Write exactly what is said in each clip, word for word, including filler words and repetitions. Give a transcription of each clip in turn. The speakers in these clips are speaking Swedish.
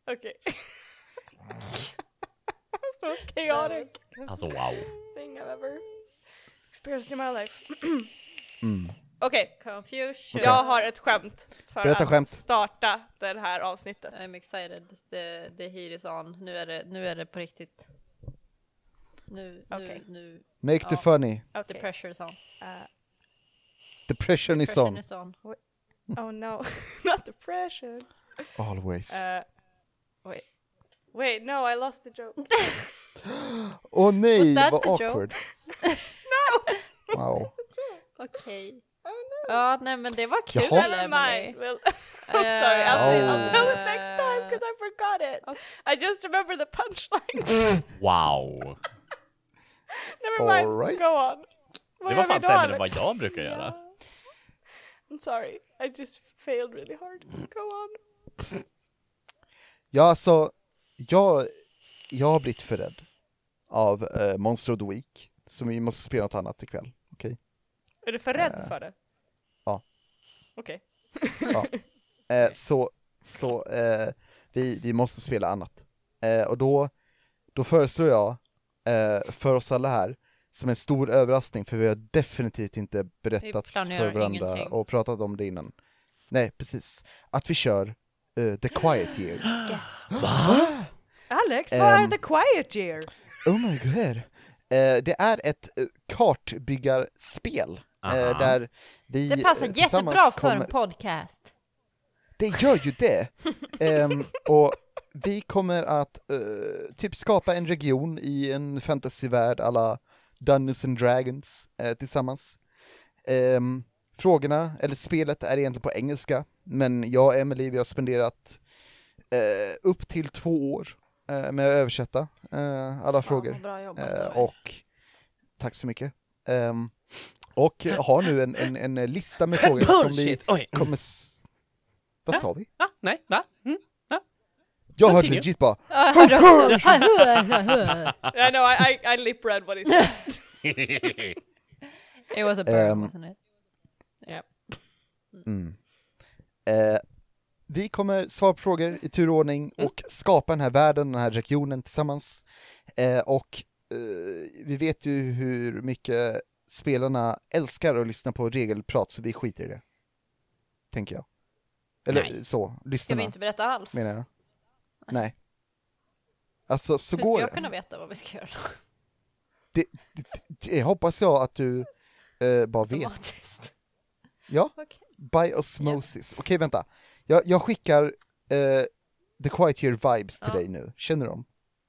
Okej. So chaotic. Alltså wow. Thing I've ever experienced in my life. Mm. Okej, Confusion. jag har ett skämt för Berätta att skämt. starta det här avsnittet. I'm excited. The, the heat is on. Nu är det, nu är det på riktigt. Nu, Okej. nu, nu. Make Ja. the funny. The Okej. pressure is on. Uh, The pressure is Pressure on. is on. oh no, not the pressure. Always. Uh, wait. Wait, no, I lost the joke. Åh nej, Was that vad the joke? awkward. No! Wow. Okej. Oh no. Ja, nej men det var kul. Jaha. Never Emily. mind. Well, sorry, I'll, say, I'll tell it next time because I forgot it. Okay. I just remember the punchline. Wow. Never mind. All right. Go on. Det var fan sämre än vad jag brukar göra. I'm sorry. I just failed really hard. Go on. Ja, alltså, jag, jag har blivit för rädd av uh, Monster of the Week. Så vi måste spela något annat ikväll. Okej? Är du för rädd Eh, för det? ja. Okej. Ja. Eh, så så eh, vi, vi måste spela annat. Eh, och då, då föreslår jag eh, för oss alla här som en stor överraskning, för vi har definitivt inte berättat planerar för varandra ingenting. och pratat om det innan. Nej, precis. Att vi kör eh, The Quiet Year. Yes. Alex, Ehm. vad är the quiet year? Oh my god. Eh, det är ett eh, kartbyggarspel. Aha. Eh, där vi Det passar eh, tillsammans jättebra för kommer... en podcast. Det gör ju det. Ehm, och vi kommer att eh, typ skapa en region i en fantasyvärld alla Dungeons and Dragons eh, tillsammans. Ehm, frågorna, eller spelet är egentligen på engelska, men jag och Emily, vi har spenderat eh, upp till två år eh, med att översätta eh, alla frågor. Fan, vad bra jobbat, Eh, Roy. och tack så mycket. Ehm, och har nu en, en, en lista med frågor som vi Bullshit! Oj. kommer... S- Vad Ja. sa vi? Va? Nej, va? Mm. Jag hörde Continue. legit bara... Ja, jag hörde också. I know, I, I, I lip read what he said. It was a burn, Ehm, wasn't it? Mm. Eh, vi kommer svara på frågor i turordning och skapa den här världen, den här regionen tillsammans. Eh, och eh, vi vet ju hur mycket spelarna älskar att lyssna på regelprat, så vi skiter i det. Tänker jag. Eller Nej. så, Ska lyssnarna vi inte berätta alls? menar jag. Nej. Alltså, så Hur går ska jag det. kunna veta vad vi ska göra? Det, det, det hoppas jag att du eh, bara vet. Automatiskt. Ja, Okej. by osmosis. Okej, vänta. Jag, jag skickar eh, The Quiet Year vibes till Ja. dig nu. Känner du dem?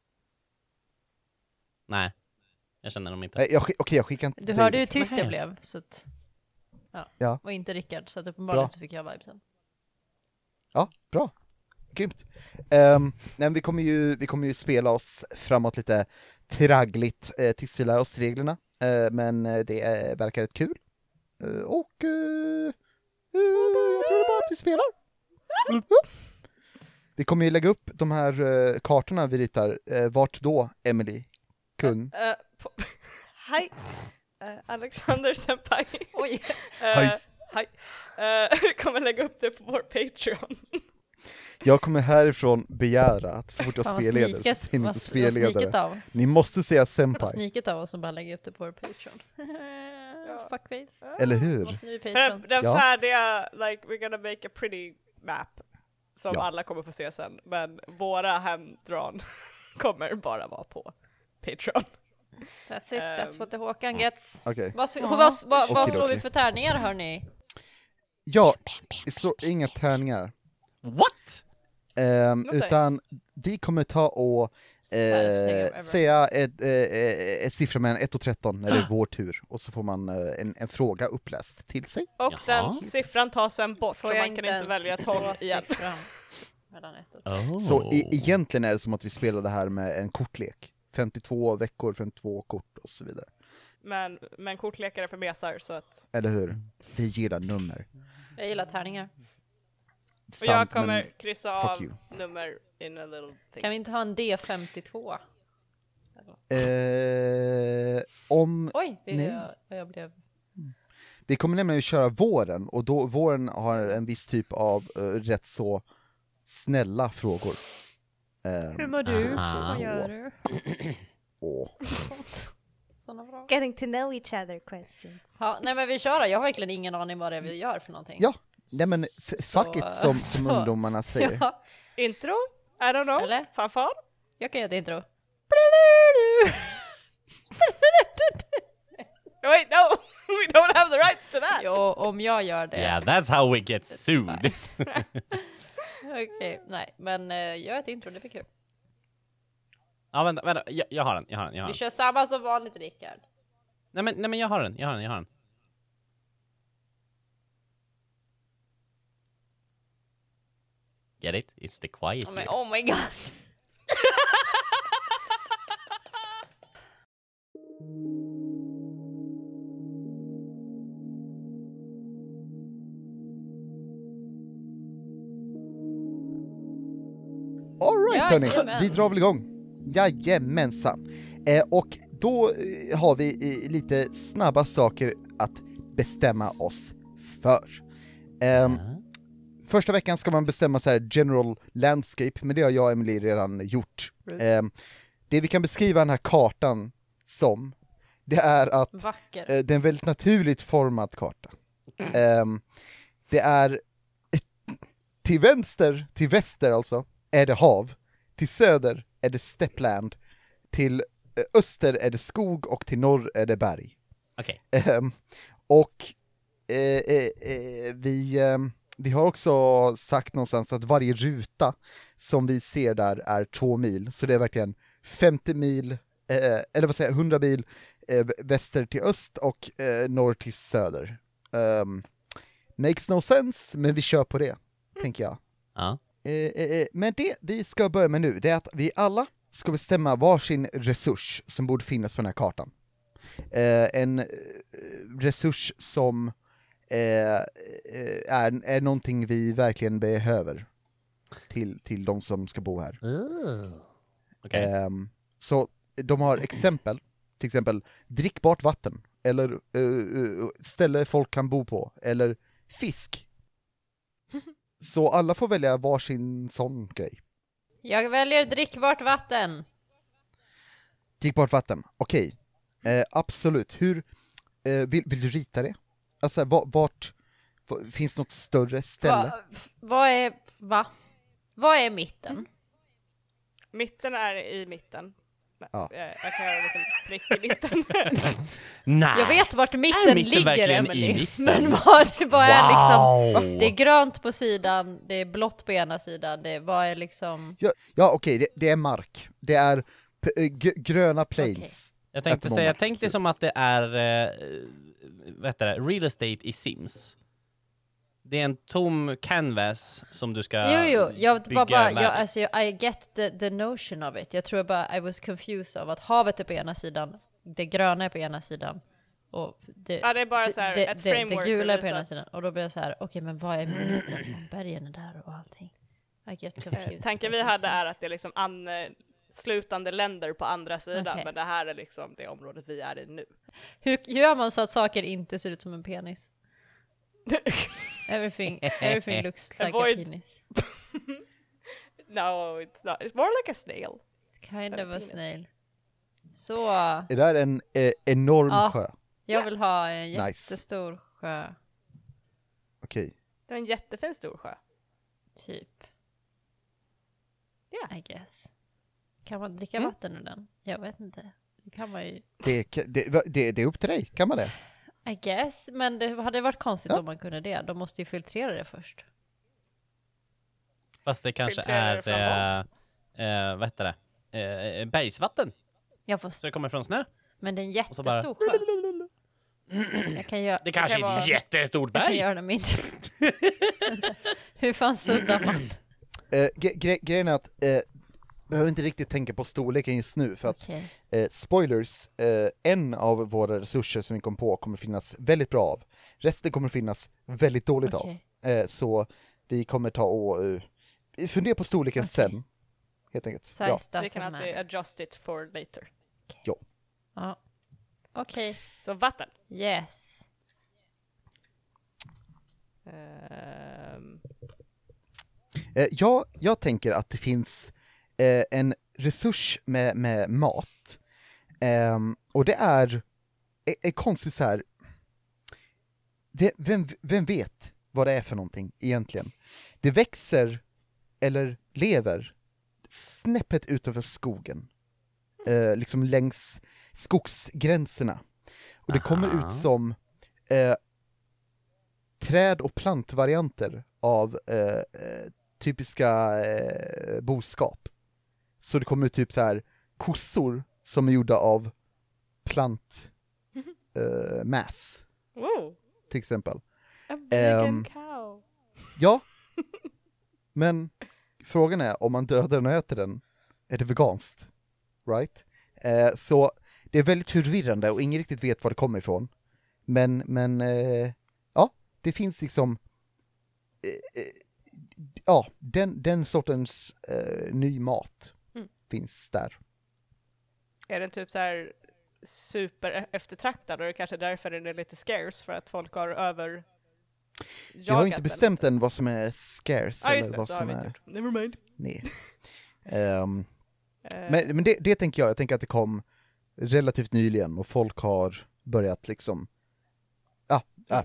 Nej, jag känner dem inte. Nej, jag, skick- okej, jag skickar inte Du till hörde dig. hur tyst Nej. jag blev, så att... Ja. Ja. Och inte Rickard, så att uppenbarligen Bra. så fick jag vibesen. Ja, bra. Grymt. Um, nej, vi, kommer ju, vi kommer ju spela oss framåt lite traggligt eh, tills vi lär oss reglerna. Eh, men eh, det eh, verkar rätt kul. Eh, och eh, eh, jag tror det bara att vi spelar. Mm. Vi kommer ju lägga upp de här eh, kartorna vi ritar. Eh, vart då, Emily? Kun? Uh, po- Hej, uh, Alexander Senpai. Oj! Uh, Hej. Hej. Uh, vi kommer lägga upp det på vår Patreon. Jag kommer härifrån begära att så fort jag Fan, vad spelledare sniket- så säger ni vad- inte vad sniket spelledare. av oss. Ni måste säga Vad senpai, sniket av oss som bara lägger upp det på vår Patreon. Fuckface. eller hur? Måste ni bli För den, patrons? den Ja. färdiga, like, we're gonna make a pretty map som Ja. alla kommer få se sen. Men våra handdrawn kommer bara vara på Patreon. That's it, that's Ehm. what the Håkan gets. Okej. Vad, vad, vad, vad, vad slår Okidoki. vi för tärningar, hörni? Ja, vi slår inga tärningar. What? Ehm, No utan vi kommer ta och Världens pengar eh, ever. säga ett, eh, ett siffra mellan ett och tretton när det är vår tur. Och så får man eh, en, en fråga uppläst till sig. Och Jaha. den siffran tas sen bort, Får så jag man kan inte inte välja ens tolv slå igen. siffran mellan ett och Oh. Så e- egentligen är det som att vi spelar det här med en kortlek. femtiotvå veckor, femtiotvå kort och så vidare. Men, men kortlekare för mesar, så att... Eller hur? Vi gillar nummer. Jag gillar tärningar. Och jag Sant, kommer men kryssa fuck av you. nummer in a little thing. Kan vi inte ha en D femtiotvå? eh, om Oj, vi, Nej. jag, jag blev... Vi kommer nämligen att köra våren, och då våren har en viss typ av uh, rätt så snälla frågor. Um, Hur mår du? Aha. Vad gör du? åh. Såna bra. Getting to know each other questions. Ja, nej men vi kör då. Jag har verkligen ingen aning vad det är vi gör för någonting. Ja, nej men f- Så- fuck it som, som så- ungdomarna säger. Ja, Intro? I don't know. Eller? Fanfar? jag kan göra ett intro. Wait, no! We don't have the rights to that! Jo, om jag gör det. Yeah, that's how we get sued. Okej, nej, men uh, gör ett intro, det blir kul. Ja, vänta, vänta. Jag, jag har den, jag har den, jag har Vi den. kör samma som vanligt, Rickard. Nej men, nej men jag har den, jag har den, jag har den. Get it? It's the quiet Oh my, year. oh my god. Alright hörni, Jajamän. vi drar väl igång. Jajamensan. Eh, och då eh, har vi eh, lite snabba saker att bestämma oss för. Ehm, Ja. Första veckan ska man bestämma så här general landscape, men det har jag och Emily redan gjort. Ehm, det vi kan beskriva den här kartan som, det är att Vacker. eh, det är en väldigt naturligt formad karta. Ehm, det är till vänster, till väster alltså, är det hav. Till söder är det steppland. Till eh, öster är det skog och till norr är det berg. Okej. Ehm, och eh, eh, eh, vi, ehm, vi har också sagt någonstans att varje ruta som vi ser där är två mil. Så det är verkligen femtio mil, eh, eller vad säger jag, hundra mil eh, väster till öst och eh, norr till söder. Ehm, makes no sense, men vi kör på det, tänker jag. Ja. Eh, eh, men det vi ska börja med nu, det är att vi alla ska bestämma varsin resurs som borde finnas på den här kartan. Eh, en eh, resurs som eh, eh, är, är någonting vi verkligen behöver till, till de som ska bo här. Okej. Ehm, så de har exempel, till exempel drickbart vatten, eller uh, ställe folk kan bo på, eller fisk. Så alla får välja varsin sån grej. Jag väljer drickbart vatten. Drickbart vatten, okej. Eh, absolut. Hur, eh, vill, vill du rita det? Alltså, va- vart, va- finns något större ställe? Va, vad är, va? Vad är mitten? Mitten är i mitten. Men, Ja. eh, Jag kan göra en liten prick i mitten. Nej! Jag vet vart Är mitten mitten ligger, verkligen i Emily. mitten? Men vad, vad är liksom... Wow! Det är grönt på sidan, det är blått på ena sidan, det vad är liksom... Ja, ja okej, det, det är mark. Det är p- eh, g- gröna plains. Okej. Jag tänkte At the säga, jag moment, tänkte typ. som att det är, eh, vad heter det, real estate i Sims. Det är en tom canvas som du ska Jo, jo, jag bygga var bara, jag, världen. alltså, I get the, the notion of it. Jag tror bara I was confused av att havet är på ena sidan, det gröna är på ena sidan, och det, Ja, det är bara så här, det, ett det, framework det gula är på bevisat. ena sidan, och då blir jag så här, okej, men vad är mitten? Om bergen är där och allting. I get confused. Eh, Tanken vi hade är att det är liksom anslutande länder på andra sidan, Okej. men det här är liksom det området vi är i nu. Hur hur gör man så att saker inte ser ut som en penis? Everything, everything looks like Avoid- a penis. No, it's not. It's more like a snail. It's kind Eller of a penis. snail. Så, Det där är en eh, enorm Ja. sjö. jag vill ha en Nice. jättestor sjö, Okej. Det är en jättefin stor sjö. typ. Ja. I guess. Kan man dricka Mm. vatten ur den? Jag vet inte. Det kan man ju. Det, ka- det, va- det, det är upp till dig, kan man det? I guess. Men det hade varit konstigt Ja. om man kunde det. De måste ju filtrera det först. Fast det kanske Filtrerar det är, från eh, eh, vad heter det, eh, bergsvatten. Jag får Så det kommer från snö. Men det är en Och så bara- jättestor sjö. Jag kan göra, Det kanske kan är vara- ett jättestort jag kan berg. göra det mindre. Hur fan suddar man? Eh, gre- gre- grejen är att eh, behöver inte riktigt tänka på storleken just nu, för att Okej. eh, spoilers, eh, en av våra resurser som vi kom på kommer finnas väldigt bra av. Resten kommer finnas väldigt dåligt Okej. av. Eh, så vi kommer ta och uh, fundera på storleken Okej. sen. Helt enkelt. Size Ja. Vi doesn't kan alltid matter. adjust it for later. Ja. Okej. Så vatten. Yes. Ehm, Eh, ja, jag tänker att det finns eh, en resurs med, med mat. Eh, och det är, är, är konstigt så här. Vem, vem vet vad det är för någonting egentligen? Det växer eller lever snäppet utanför skogen. Eh, liksom längs skogsgränserna. Och det kommer Aha. ut som eh, träd- och plantvarianter av eh, eh, typiska eh, boskap. Så det kommer ut typ så här kossor som är gjorda av plant eh, mass, Wow, till exempel. a vegan Ehm, cow. Ja, men frågan är om man dödar den och äter den, är det veganskt? Right? Eh, så det är väldigt förvirrande och ingen riktigt vet var det kommer ifrån. Men, men eh, ja, det finns liksom eh, eh, ja, den, den sortens eh, ny mat Mm. finns där. Är den typ så här super eftertraktad och det är kanske därför den är lite scarce för att folk har över Jag har inte bestämt än vad som är scarce Ja, just eller det, vad så har som vi inte är... gjort. Never mind. Nej. Ehm, Eh, men men det, det tänker jag, jag tänker att det kom relativt nyligen och folk har börjat liksom, ja, ja.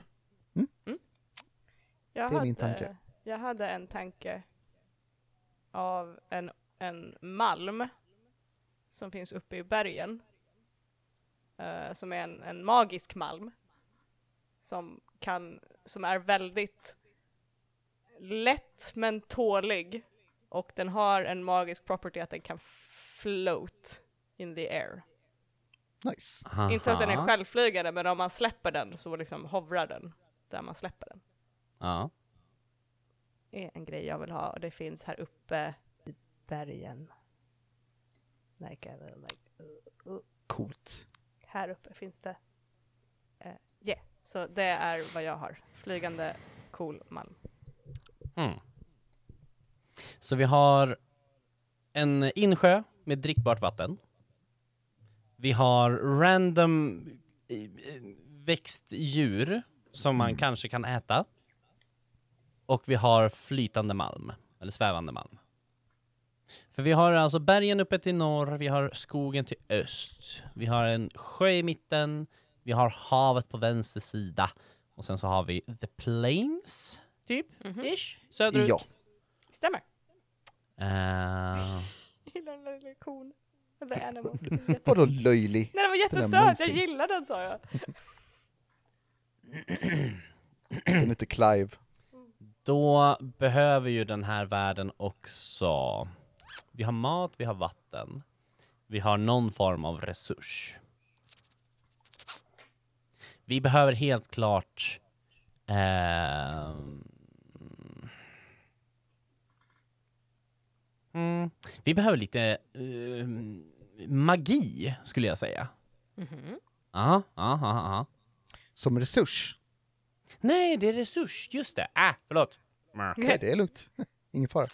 jag det är hade, min tanke. Jag hade en tanke av en, en malm som finns uppe i bergen. eh, som är en, en magisk malm. Som, kan, som är väldigt lätt men tålig. Och den har en magisk property att den kan float in the air. Nice. Inte att den är Aha. självflygande, men om man släpper den så liksom hovrar den där man släpper den. Ja. Det är en grej jag vill ha och det finns här uppe i bergen. Like, uh, like, uh, uh. Coolt. Här uppe finns det. Ja, uh, yeah. Så det är vad jag har. Flygande cool malm. Mm. Så vi har en insjö med drickbart vatten. Vi har random eh, växtdjur som man kanske kan äta. Och vi har flytande malm, eller svävande malm. För vi har alltså bergen uppe till norr, vi har skogen till öst. Vi har en sjö i mitten, vi har havet på vänster sida. Och sen så har vi the plains, typ, Mhm. ish, söderut. Ja. Stämmer. Eh, Jag gillar den där lilla kon. Eller animal. Jätte- Vadå löjlig? Nej, den var Den är jättesöt. Jag amazing. gillar den, sa jag. Den heter Clive. Då behöver ju den här världen också... Vi har mat, vi har vatten. Vi har någon form av resurs. Vi behöver helt klart... ehm, mm, vi behöver lite eh, magi, skulle jag säga. Mhm. Ja, ja, ja, ja. Som resurs. Nej, det är resurs. Just det. Ah, förlåt. Nej, det är lugnt. Ingen fara.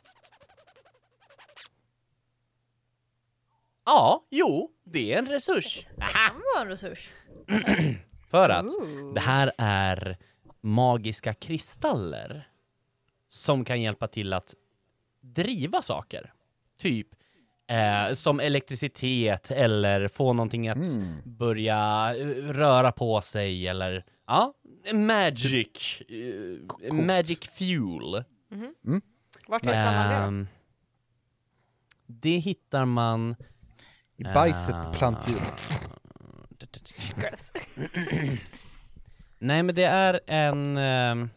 Ja, jo, det är en resurs. Aha. Det var en resurs. För att Ooh. det här är magiska kristaller som kan hjälpa till att driva saker. Typ eh, som elektricitet eller få någonting att Mm. börja eh, röra på sig eller ja, magic eh, Coolt. magic fuel. Vart hittar man det? Ehm, det hittar man I bajset på Ah. plantdjur. Gross. Nej, men det är en ehm,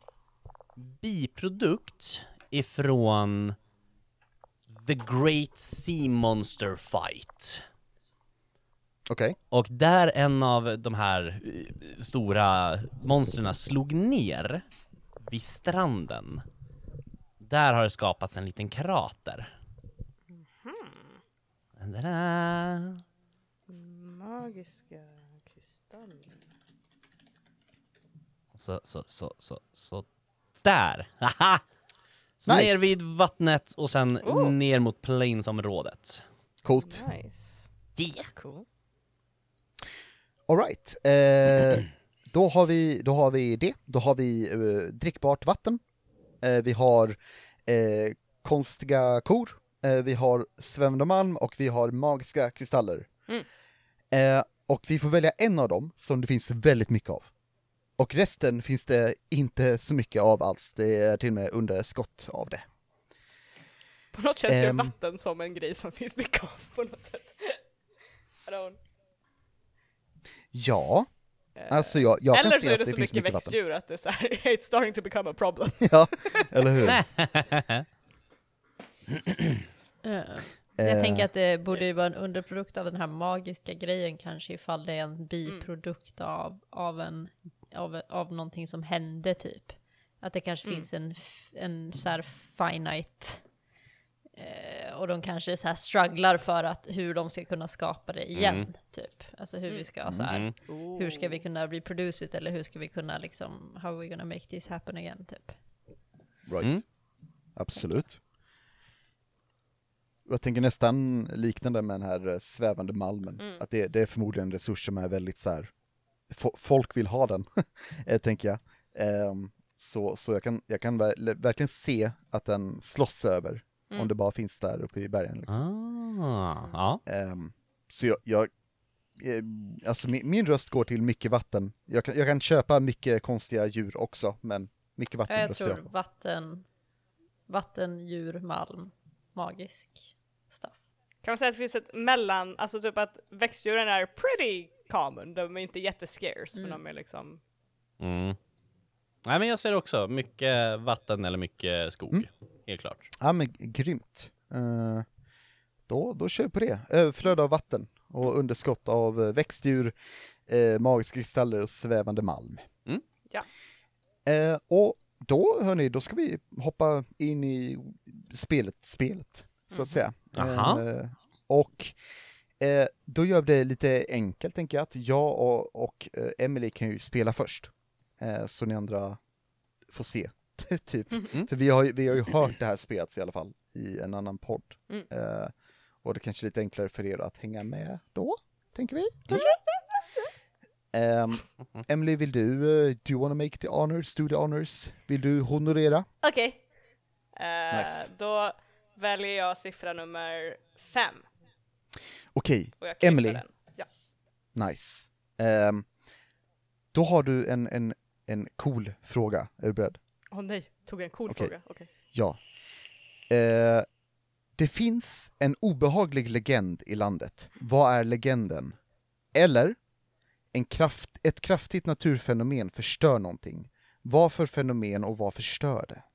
biprodukt ifrån The Great Sea Monster Fight. Okej. Och där en av de här eh, stora monstren slog ner vid stranden. Där har det skapats en liten krater. Da-da. Magiska kristaller. Så, så, så, så, så. Där! Haha! Så Nice. ner vid vattnet och sen Oh. ner mot plainsområdet. Coolt. Nice. Yeah. That's cool. All right. Eh, då, har vi, då har vi det. Då har vi eh, drickbart vatten. Eh, vi har eh, konstiga kor. eh, vi har svävande malm och vi har magiska kristaller. Mm. Eh, och vi får välja en av dem som det finns väldigt mycket av. Och resten finns det inte så mycket av alls. Det är till och med underskott av det. På något känns ju Ehm. vatten som en grej som finns mycket av på något sätt. I don't... Ja, Eh, alltså jag, jag kan Eller se så är att det det så finns mycket mycket vatten. växtdjur att det är så här, it's starting to become a problem. Ja, eller hur? Eh, Eh, Jag tänker att det borde ju vara en underprodukt av den här magiska grejen kanske, ifall det är Mm. en biprodukt av, av, en, av, av någonting som hände typ. Att det kanske Mm. finns en, f- en så här finite eh, och de kanske så här strugglar för att hur de ska kunna skapa det igen Mm. typ. Alltså hur vi ska så här, Mm. hur ska vi kunna reproduce it eller hur ska vi kunna liksom, how are we gonna make this happen again typ. Right. Mm. Absolut. Jag tänker nästan liknande med den här eh, svävande malmen. Mm. Att det, det är förmodligen en resurs som är väldigt så här. fo- folk vill ha den, eh, tänker jag. Ehm, så så jag, kan, jag kan ver- verkligen se att den slåss över Mm. om det bara finns där uppe i bergen. Liksom. Ah, ja. Ehm, så jag, jag eh, alltså min, min röst går till mycket vatten. Jag kan, jag kan köpa mycket konstiga djur också, men mycket vatten Jag röstar tror jag på. vatten, vatten, djur, malm, magisk stuff. Kan man säga att det finns ett mellan, alltså typ att växtdjuren är pretty common, de är inte jättescarce, Mm. men de är liksom... Mm. Nej, men jag ser också mycket vatten eller mycket skog. Mm. Helt klart. Ja, men grymt. Eh, då, då kör vi på det. Överflöd av vatten och underskott av eh, växtdjur, eh, magiska kristaller och svävande malm. Mm. Ja. Eh, och då, hörni, då ska vi hoppa in i spelet, spelet så att säga. Aha. Eh, och eh, då gör vi det lite enkelt, tänker jag, att jag och, och eh, Emily kan ju spela först. Eh, så ni andra får se. typ. Mm. För vi har, ju, vi har ju hört det här spelet i alla fall i en annan podd. Mm. Eh, och det är kanske är lite enklare för er att hänga med då, tänker vi. Kanske? Ehm, Emily, vill du, uh, do you wanna make the honors, do the honors? Vill du honorera? Okej. Eh, Nice. Då väljer jag siffra nummer fem. Okej, Och jag klickar Emily. den. Ja. nice. Ehm, då har du en, en, en cool fråga, är du beredd? Åh nej, tog jag en cool Okej. fråga. Okej. Ja. Eh, det finns en obehaglig legend i landet. Vad är legenden? Eller en kraft, ett kraftigt naturfenomen förstör någonting. Vad för fenomen och vad förstör det?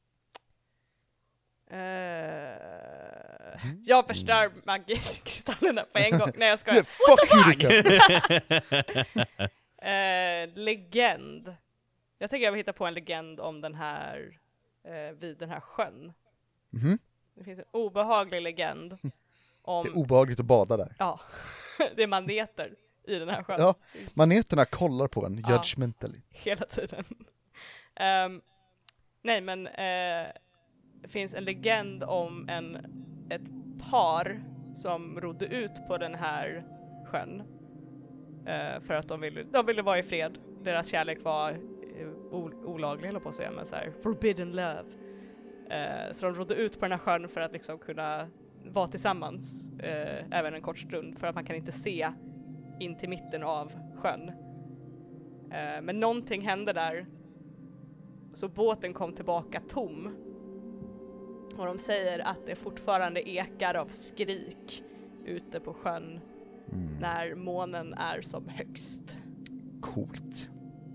Eh, jag förstör magikristallerna på en gång. Nej, jag skojar. Yeah, fuck you, Rickard! Eh, legend. Jag tänker jag vill hitta på en legend om den här, eh, vid den här sjön. Mhm. Det finns en obehaglig legend om, Det är obehagligt att bada där. ja, det är maneter i den här sjön. Ja, maneterna kollar på en, Ja. judgmentally. Hela tiden. Ehm, nej, men eh, det finns en legend om en, ett par som rodde ut på den här sjön. Eh, för att de ville, de ville vara i fred. Deras kärlek var eh, o- olaglig, eller på att säga, men så här, forbidden love. Eh, så de rodde ut på den här sjön för att liksom kunna vara tillsammans eh, även en kort stund, för att man kan inte se in till mitten av sjön. Eh, men någonting hände där, så båten kom tillbaka tom. Och de säger att det fortfarande ekar av skrik ute på sjön Mm. när månen är som högst. Coolt.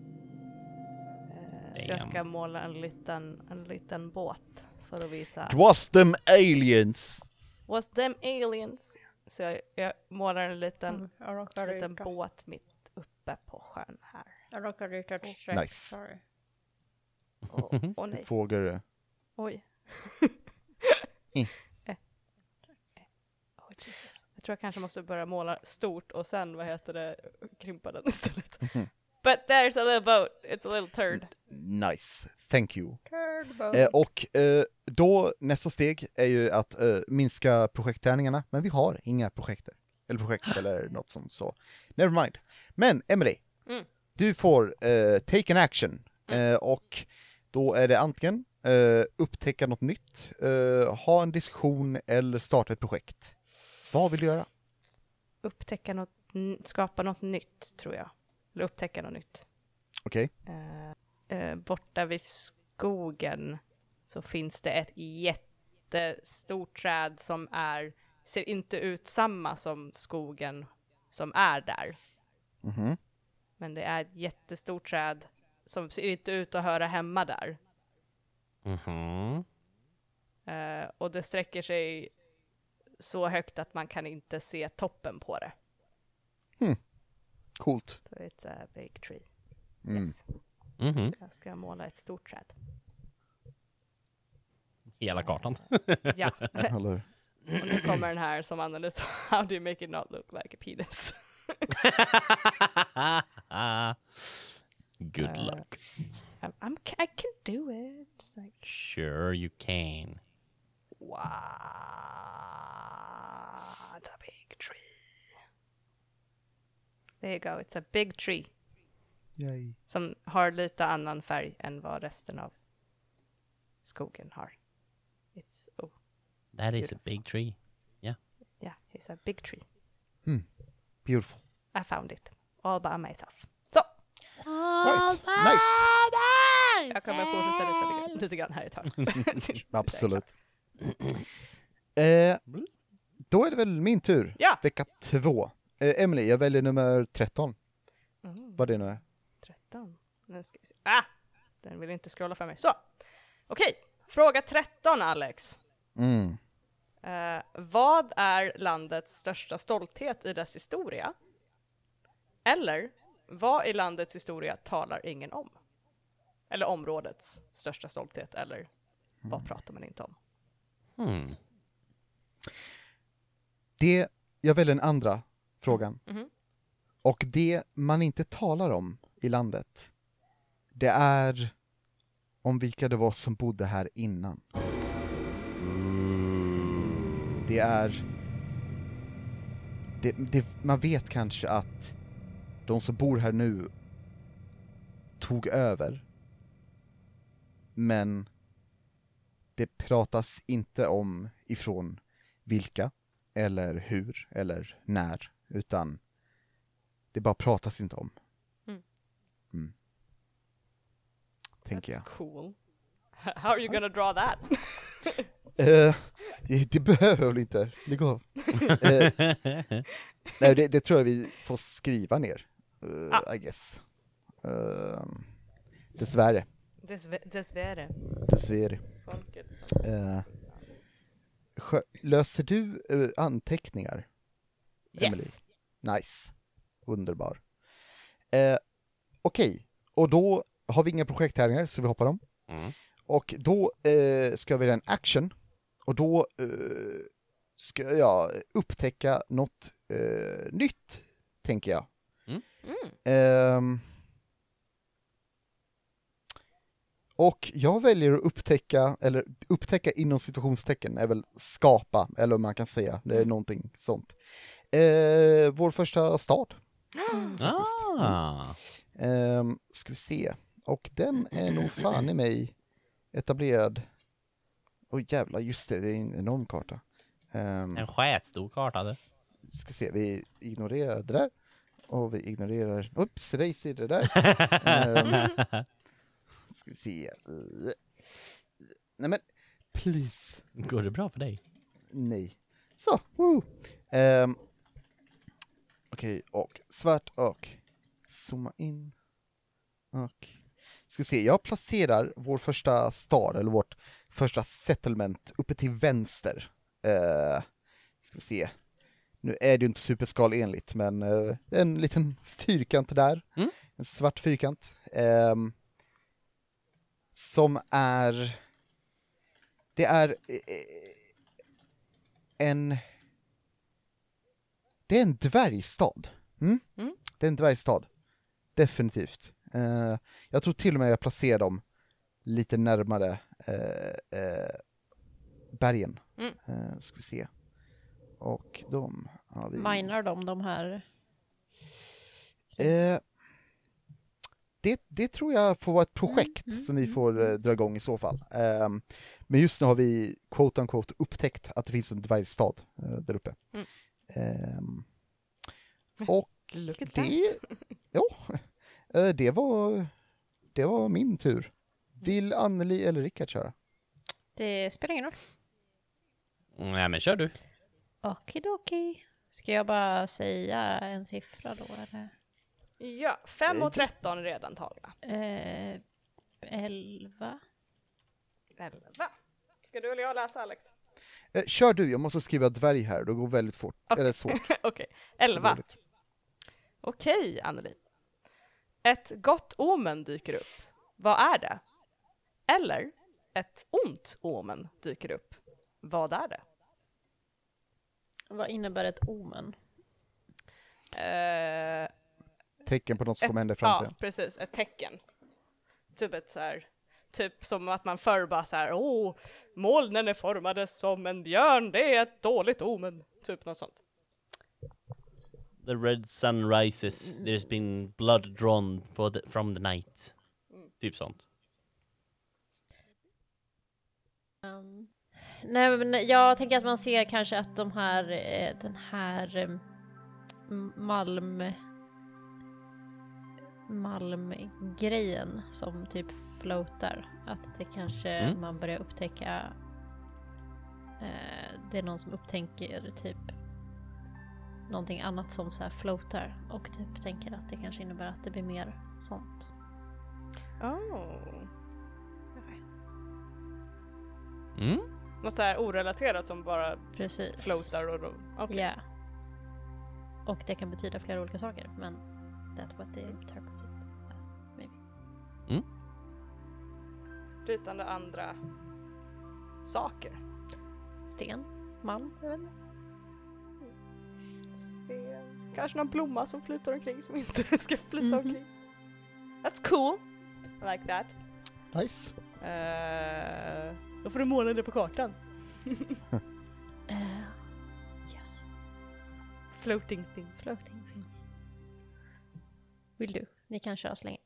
Eh, så jag ska måla en liten, en liten båt för att visa. It was them aliens! Was them aliens? Så jag, jag målar en liten, Mm, jag råkade liten rita- båt mitt uppe på sjön här. Jag råkade rita ett streck, Nice. sorry. Åh åh nej, Fågel. oj. Eh. Eh. Oh, Jesus. Jag tror jag kanske måste börja måla stort och sen, vad heter det, krympa den istället. Mhm. But there's a little boat, it's a little turd. Nice, thank you. Turbo. Eh, och eh, då, nästa steg är ju att eh, minska projekttärningarna, men vi har inga projekter. Eller projekt eller något sånt, så never mind. Men Emily, Mm. du får eh, take an action. Eh, och då är det antingen eh, upptäcka något nytt, eh, ha en diskussion eller starta ett projekt. Vad vill du göra? Upptäcka något, n- skapa något nytt, tror jag. Eller upptäcka något nytt. Okej. Eh, eh, borta vid skogen så finns det ett jättestort träd som är, ser inte ut samma som skogen som är där. Mhm. Men det är ett jättestort träd som ser inte ut att höra hemma där. Mhm. Eh, och det sträcker sig så högt att man kan inte se toppen på det. Coolt. Så it's a big tree. Mm. Yes. Mhm. Jag ska måla ett stort träd. Hela kartan. Ja. Eller? Och nu kommer den här som användes. How do you make it not look like a penis? Good Uh, luck. I'm, I'm, I can do it. It's like, Sure you can. what a big tree. There you go. It's a big tree. Yay. Som har lite annan färg än vad resten av skogen har. It's, oh, That is a big tree. yeah, it's a big tree. Beautiful. I found it. All by myself. Så, Right. Nice. jag kommer fortsätta lite, lite grann här ett tag. Absolut. Eh, då är det väl min tur. Ja! Vecka två. Eh, Emily, jag väljer nummer tretton. Mm, Vad det nu är. tretton. Nu ska vi se. Ah! Den vill inte scrolla för mig. Så, okej. Fråga tretton, Alex. Mm. Eh, vad är landets största stolthet i dess historia? Eller, vad i landets historia talar ingen om? Eller områdets största stolthet, eller vad pratar man inte om? Hmm. Det, jag väljer den andra frågan. Mhm. Och det man inte talar om i landet, det är om vilka det var som bodde här innan. Det är... Det, det, man vet kanske att de som bor här nu tog över. Men det pratas inte om ifrån vilka, eller hur, eller när, utan det bara pratas inte om. Mm. Mm. Tänker jag. Cool. How are you gonna draw that? Eh, det behöver jag väl inte. Lägg av. Eh, nej, det, det tror jag vi får skriva ner. Uh, Ah. I guess. Uh, dessvärre. Dessv- dessvärre. Dessvärre. Folket. Uh, skö- löser du uh, anteckningar? Emily? Yes. Nice. Underbar. Uh, Okej, okay. Och då har vi inga projekttärningar så vi hoppar dem. Mm. Och då uh, ska vi göra en action. Och då uh, ska jag upptäcka något uh, nytt, tänker jag. Mm. Mm. Ehm, och jag väljer att upptäcka, eller upptäcka inom situationstecken är väl skapa, eller om man kan säga, det är Mm. någonting sånt. Eh, vår första stad. Ah. Ehm, ska vi se. Och den är nog fan i mig etablerad. Oj jävlar, just det, det är en enorm karta. Ehm, En skitstor karta det. ska se, vi ignorerar det där. Och vi ignorerar, ups, race det där. Ehm, ska vi se. Nej men, please. Går det bra för dig? Nej. Så, woo. Um, Okej, och svart och zooma in. Och ska vi se, jag placerar vår första stad, eller vårt första settlement uppe till vänster. Uh, ska vi se. Nu är det ju inte superskalenligt, men uh, en liten fyrkant där. Mm. En svart fyrkant. Um, som är... Det är eh, en... Det är en dvärgstad. Mm? Mm. Det är en dvärgstad. Definitivt. Uh, jag tror till och med jag placerar dem lite närmare uh, uh, bergen. Mm. Uh, ska vi se. Och de har vi... Minar de de här? Eh, det, det tror jag får vara ett projekt Mm, mm, som vi mm, får uh, dra igång i så fall. Um, men just nu har vi quote unquote upptäckt att det finns en dvärgstad uh, där uppe. Mm. Um, och Look at det, ja, uh, det var det var min tur. Vill Anneli eller Rickard köra? Det spelar ingen roll. Nej, men kör du. Okidoki. Ska jag bara säga en siffra då eller? Ja, fem och tretton är redan tagna. Eh, elva. elva. Ska du eller jag läsa, Alex? Uh, kör du, jag måste skriva dvärg här, det går väldigt fort. Okej. Eller svårt. Okej, elva. Dåligt. Okej, Anneli. Ett gott omen dyker upp. Vad är det? Eller ett ont omen dyker upp. Vad är det? Vad innebär ett omen? Eh, Tecken på något som ett, kommer hända i ja, framtiden. precis. Ett tecken. Typ ett så här, typ som att man förr bara så här, åh, molnen är formade som en björn, det är ett dåligt omen. Typ något sånt. The red sun rises, there's been blood drawn for the, from the night. Typ sånt. Um, nej, men jag tänker att man ser kanske att de här, eh, den här eh, malm malmgrejen som typ floatar, att det kanske Mm. man börjar upptäcka eh, det är någon som upptänker typ någonting annat som så här floatar och typ tänker att det kanske innebär att det blir mer sånt. Oh. Mm. Något så här orelaterat som bara Precis. floatar och då. Okej. Ja. Och det kan betyda flera olika saker, men that's what they interpret it as, maybe. Utan det andra saker. Sten, malm, jag vet inte. Sten. Kanske någon blomma som flyter omkring som inte ska flyta Mhm. omkring. That's cool. I like that. Nice. Uh, då får du måla det på kartan. Uh, yes, Floating thing. floating thing. Vill du? Ni kan köra så länge.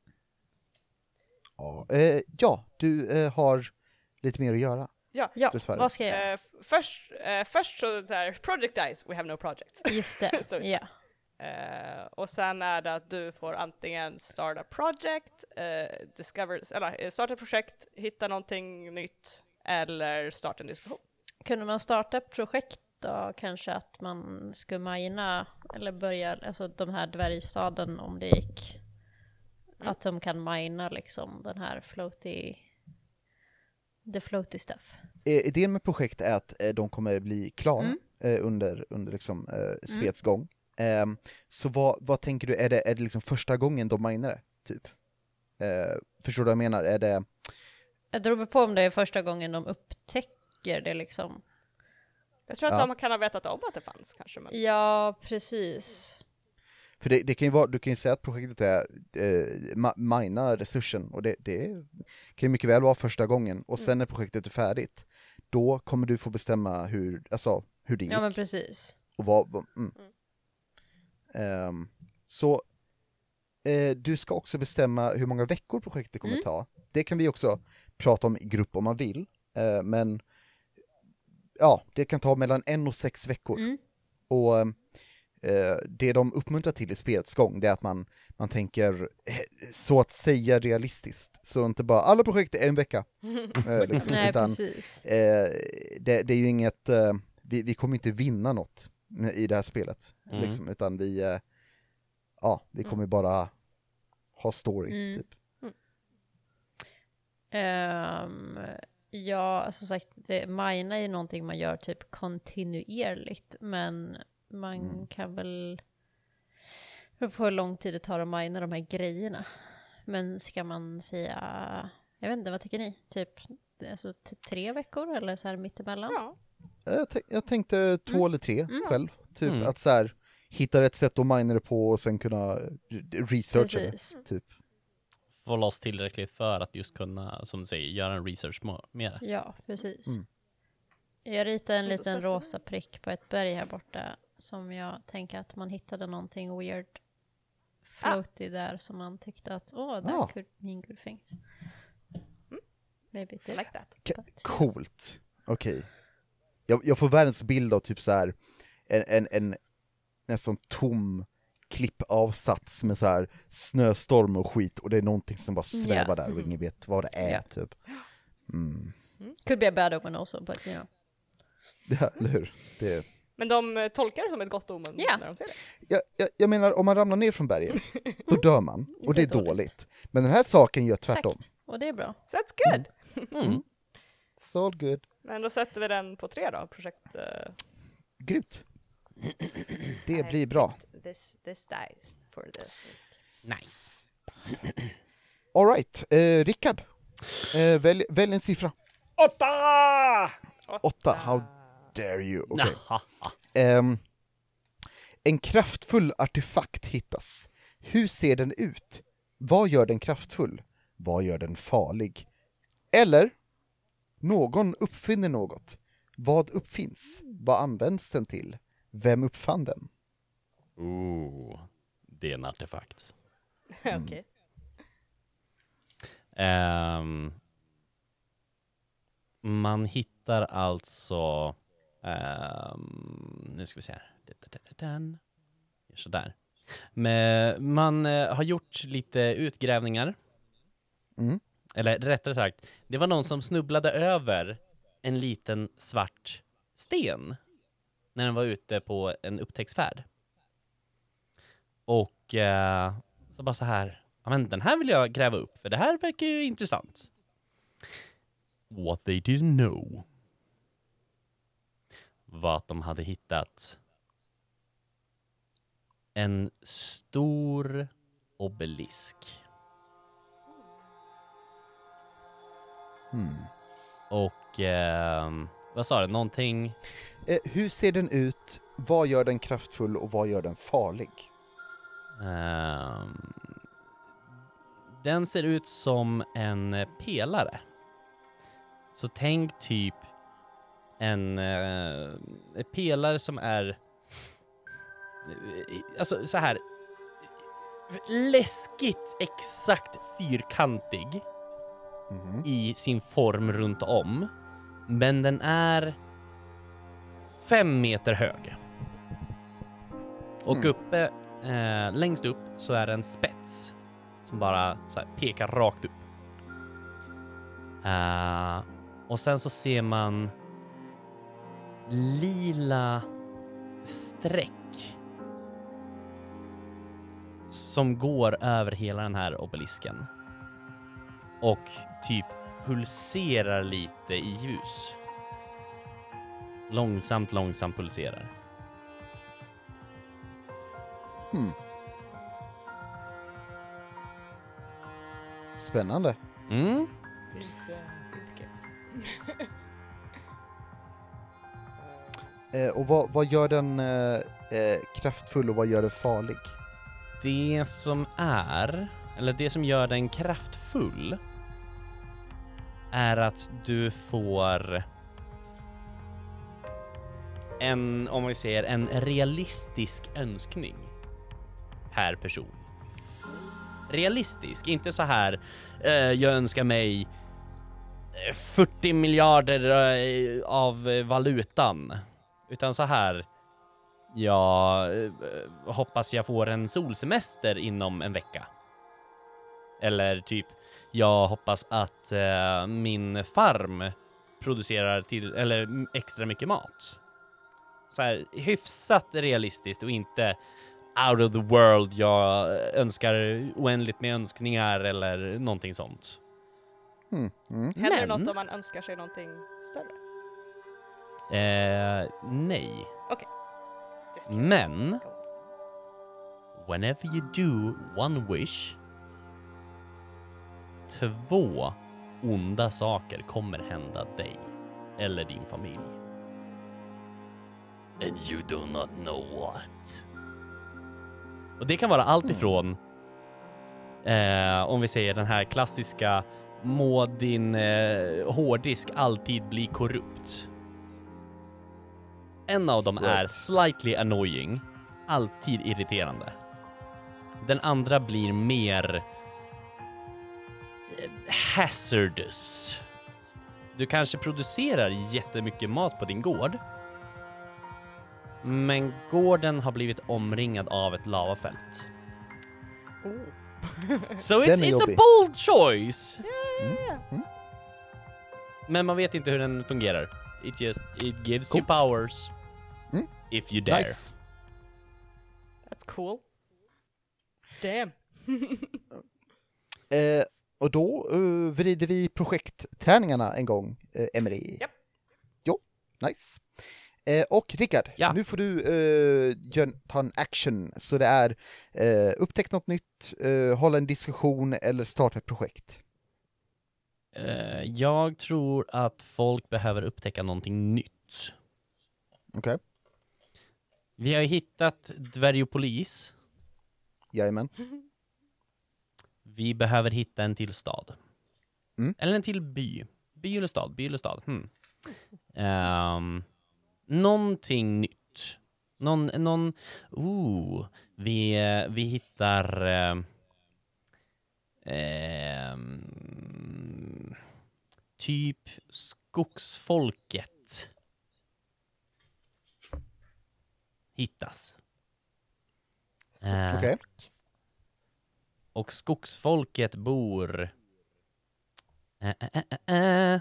Ja, eh, ja du eh, har lite mer att göra. Ja, Dessvärre. vad ska jag göra? Uh, f- först, uh, först så där, project dice, we have no projects. Just det, så- ja. Uh, och sen är det att du får antingen starta project, uh, discover, eller uh, starta projekt, hitta någonting nytt eller starta en diskussion. Kunde man starta projekt då, kanske att man skulle mina eller börja, alltså de här dvärgstaden om det gick, Mm. att de kan mina liksom den här floaty, the floaty stuff. Eh, idén med projekt är att eh, de kommer bli klara Mm. eh, under, under liksom, eh, spelets gång. Ehm, så vad, vad tänker du, är det, är det liksom första gången de minar det? Typ? Eh, förstår du vad jag menar? Är det... Det beror på om det är första gången de upptäcker det liksom. Jag tror att Ja. de kan ha vetat om att det fanns kanske. Men... Ja, precis. För det, det kan ju vara, du kan ju säga att projektet är eh, ma- mina resursen och det, det kan ju mycket väl vara första gången och sen när projektet är färdigt då kommer du få bestämma hur, alltså, hur det gick Ja, men precis. och vad, vad mm. Mm. Ehm, så eh, du ska också bestämma hur många veckor projektet kommer Mm. ta. Det kan vi också prata om i grupp om man vill, eh, men ja, det kan ta mellan en och sex veckor. Mm. Och eh, det de uppmuntrar till i spelets gång, det är att man, man tänker eh, så att säga realistiskt. Så inte bara alla projekt är en vecka. Eh, liksom, Nej, utan precis. eh, det, det är ju inget, eh, vi, vi kommer inte vinna något i det här spelet. Mm. Liksom, utan vi, eh, ja, vi kommer bara ha story, Mm. typ. Um, ja, som sagt, det, mina är ju någonting man gör typ kontinuerligt, men man Mm. kan väl beror på hur lång tid det tar att mina de här grejerna. Men ska man säga, jag vet inte, vad tycker ni? Typ alltså, t- tre veckor eller så här mittemellan? Ja. Jag, tänk, jag tänkte två eller tre Mm. själv. Typ Mm. att så här, hitta ett sätt att mina det på och sen kunna researcha Precis. det. Typ. Få loss tillräckligt för att just kunna, som du säger, göra en research mo- med det. Ja, precis. Mm. Jag ritade en Då liten sätter vi- rosa prick på ett berg här borta som jag tänker att man hittade någonting weird floaty där som man tyckte att åh, där Ah. could mean good things. Mm. Maybe it I is. like that. K- But- Coolt. Okej. Jag, jag får världens bild av typ så här en, en, en nästan tom klippavsats med så här snöstorm och skit, och det är någonting som bara svävar Ja. där och ingen vet vad det är, Ja. typ. Mm. Could be a bad omen also, but you know. Ja, eller hur? Det, Men de eh, tolkar det som ett gott omen Ja. när de ser det. jag, jag, jag menar, om man ramlar ner från berget, då dör man, och det är Det är dåligt. dåligt. Men den här saken gör tvärtom. Exakt. Och det är bra. So that's good! Mm. It's all good. Men då sätter vi den på tre då, projekt... Uh, Grymt. Det blir bra. this, this dies for this week. Nice. All right, eh, Rickard. Eh, välj, välj en siffra. Åtta! Åtta, how dare you. Okej. Naha. Ehm, en kraftfull artefakt hittas. Hur ser den ut? Vad gör den kraftfull? Vad gör den farlig? Eller, någon uppfinner något. Vad uppfinns? Vad används den till? Vem uppfann den? Ooh, det är en artefakt. Okej. Ehm, man hittar alltså... ehm, nu ska vi se här. Den. Gör sådär. Men man eh, har gjort lite utgrävningar. Mm. Eller rättare sagt, det var någon som snubblade över en liten svart sten när den var ute på en upptäcktsfärd. Och eh, så bara så här, ja men den här vill jag gräva upp, för det här verkar ju intressant. What they didn't know var att de hade hittat en stor obelisk. Hmm. Och eh, vad sa du? Någonting... Eh, hur ser den ut? Vad gör den kraftfull och vad gör den farlig? ehm, den ser ut som en pelare. Så tänk typ en eh, pelare som är... Alltså så här... läskigt exakt fyrkantig Mhm. i sin form runt om. Men den är fem meter hög. Och Mm. uppe, eh, längst upp så är det en spets som bara så här, pekar rakt upp. Eh, och sen så ser man lila streck som går över hela den här obelisken. Och typ pulserar lite i ljus. Långsamt, långsamt pulserar. Hmm. Spännande. Mm. Det är inte, inte kul. Eh, och vad, vad gör den eh, eh, kraftfull och vad gör den farlig? Det som är, eller det som gör den kraftfull, är att du får en, om vi säger, en realistisk önskning per person. Realistisk, inte så här eh, jag önskar mig eh, fyrtio miljarder eh, av eh, valutan, utan så här, jag eh, hoppas jag får en solsemester inom en vecka. Eller typ, jag hoppas att eh, min farm producerar till, eller extra mycket mat. Så här, hyfsat realistiskt och inte out of the world, jag önskar oändligt med önskningar eller någonting sånt. Hmm. Mm. Händer det Men- något om man önskar sig någonting större? Eh, nej. Just Men- Cool. Whenever you do one wish, två onda saker kommer hända dig eller din familj. And you do not know what. Och det kan vara allt ifrån eh, om vi säger den här klassiska må din eh, hårddisk alltid bli korrupt. En av dem är slightly annoying, alltid irriterande. Den andra blir mer eh, hazardous. Du kanske producerar jättemycket mat på din gård. Men gården har blivit omringad av ett lavafält. Oh. So it's, Den är it's a jobbig. bold choice. Mm. Mm. Men man vet inte hur den fungerar. It just, it gives you Coolt. powers. Mm. If you dare. Nice. That's cool. Damn. Eh, och då uh, vrider vi projekttärningarna en gång, eh, Emily. Japp. Jo, nice. Eh, och Rickard, Ja. nu får du eh, gör, ta en action. Så det är eh, upptäck något nytt, eh, hålla en diskussion eller starta ett projekt. Eh, jag tror att folk behöver upptäcka någonting nytt. Okej, Vi har hittat Dvärgopolis. jajamän. Vi behöver hitta en till stad. Mm. Eller en till by. By eller stad? By eller stad? Hmm. Um, någonting nytt. Någon, någon... Ooh. Vi, eh, vi hittar... eh, ehm, typ skogsfolket. Hittas. Eh, Okej. Och skogsfolket bor... Äh, äh, äh, äh.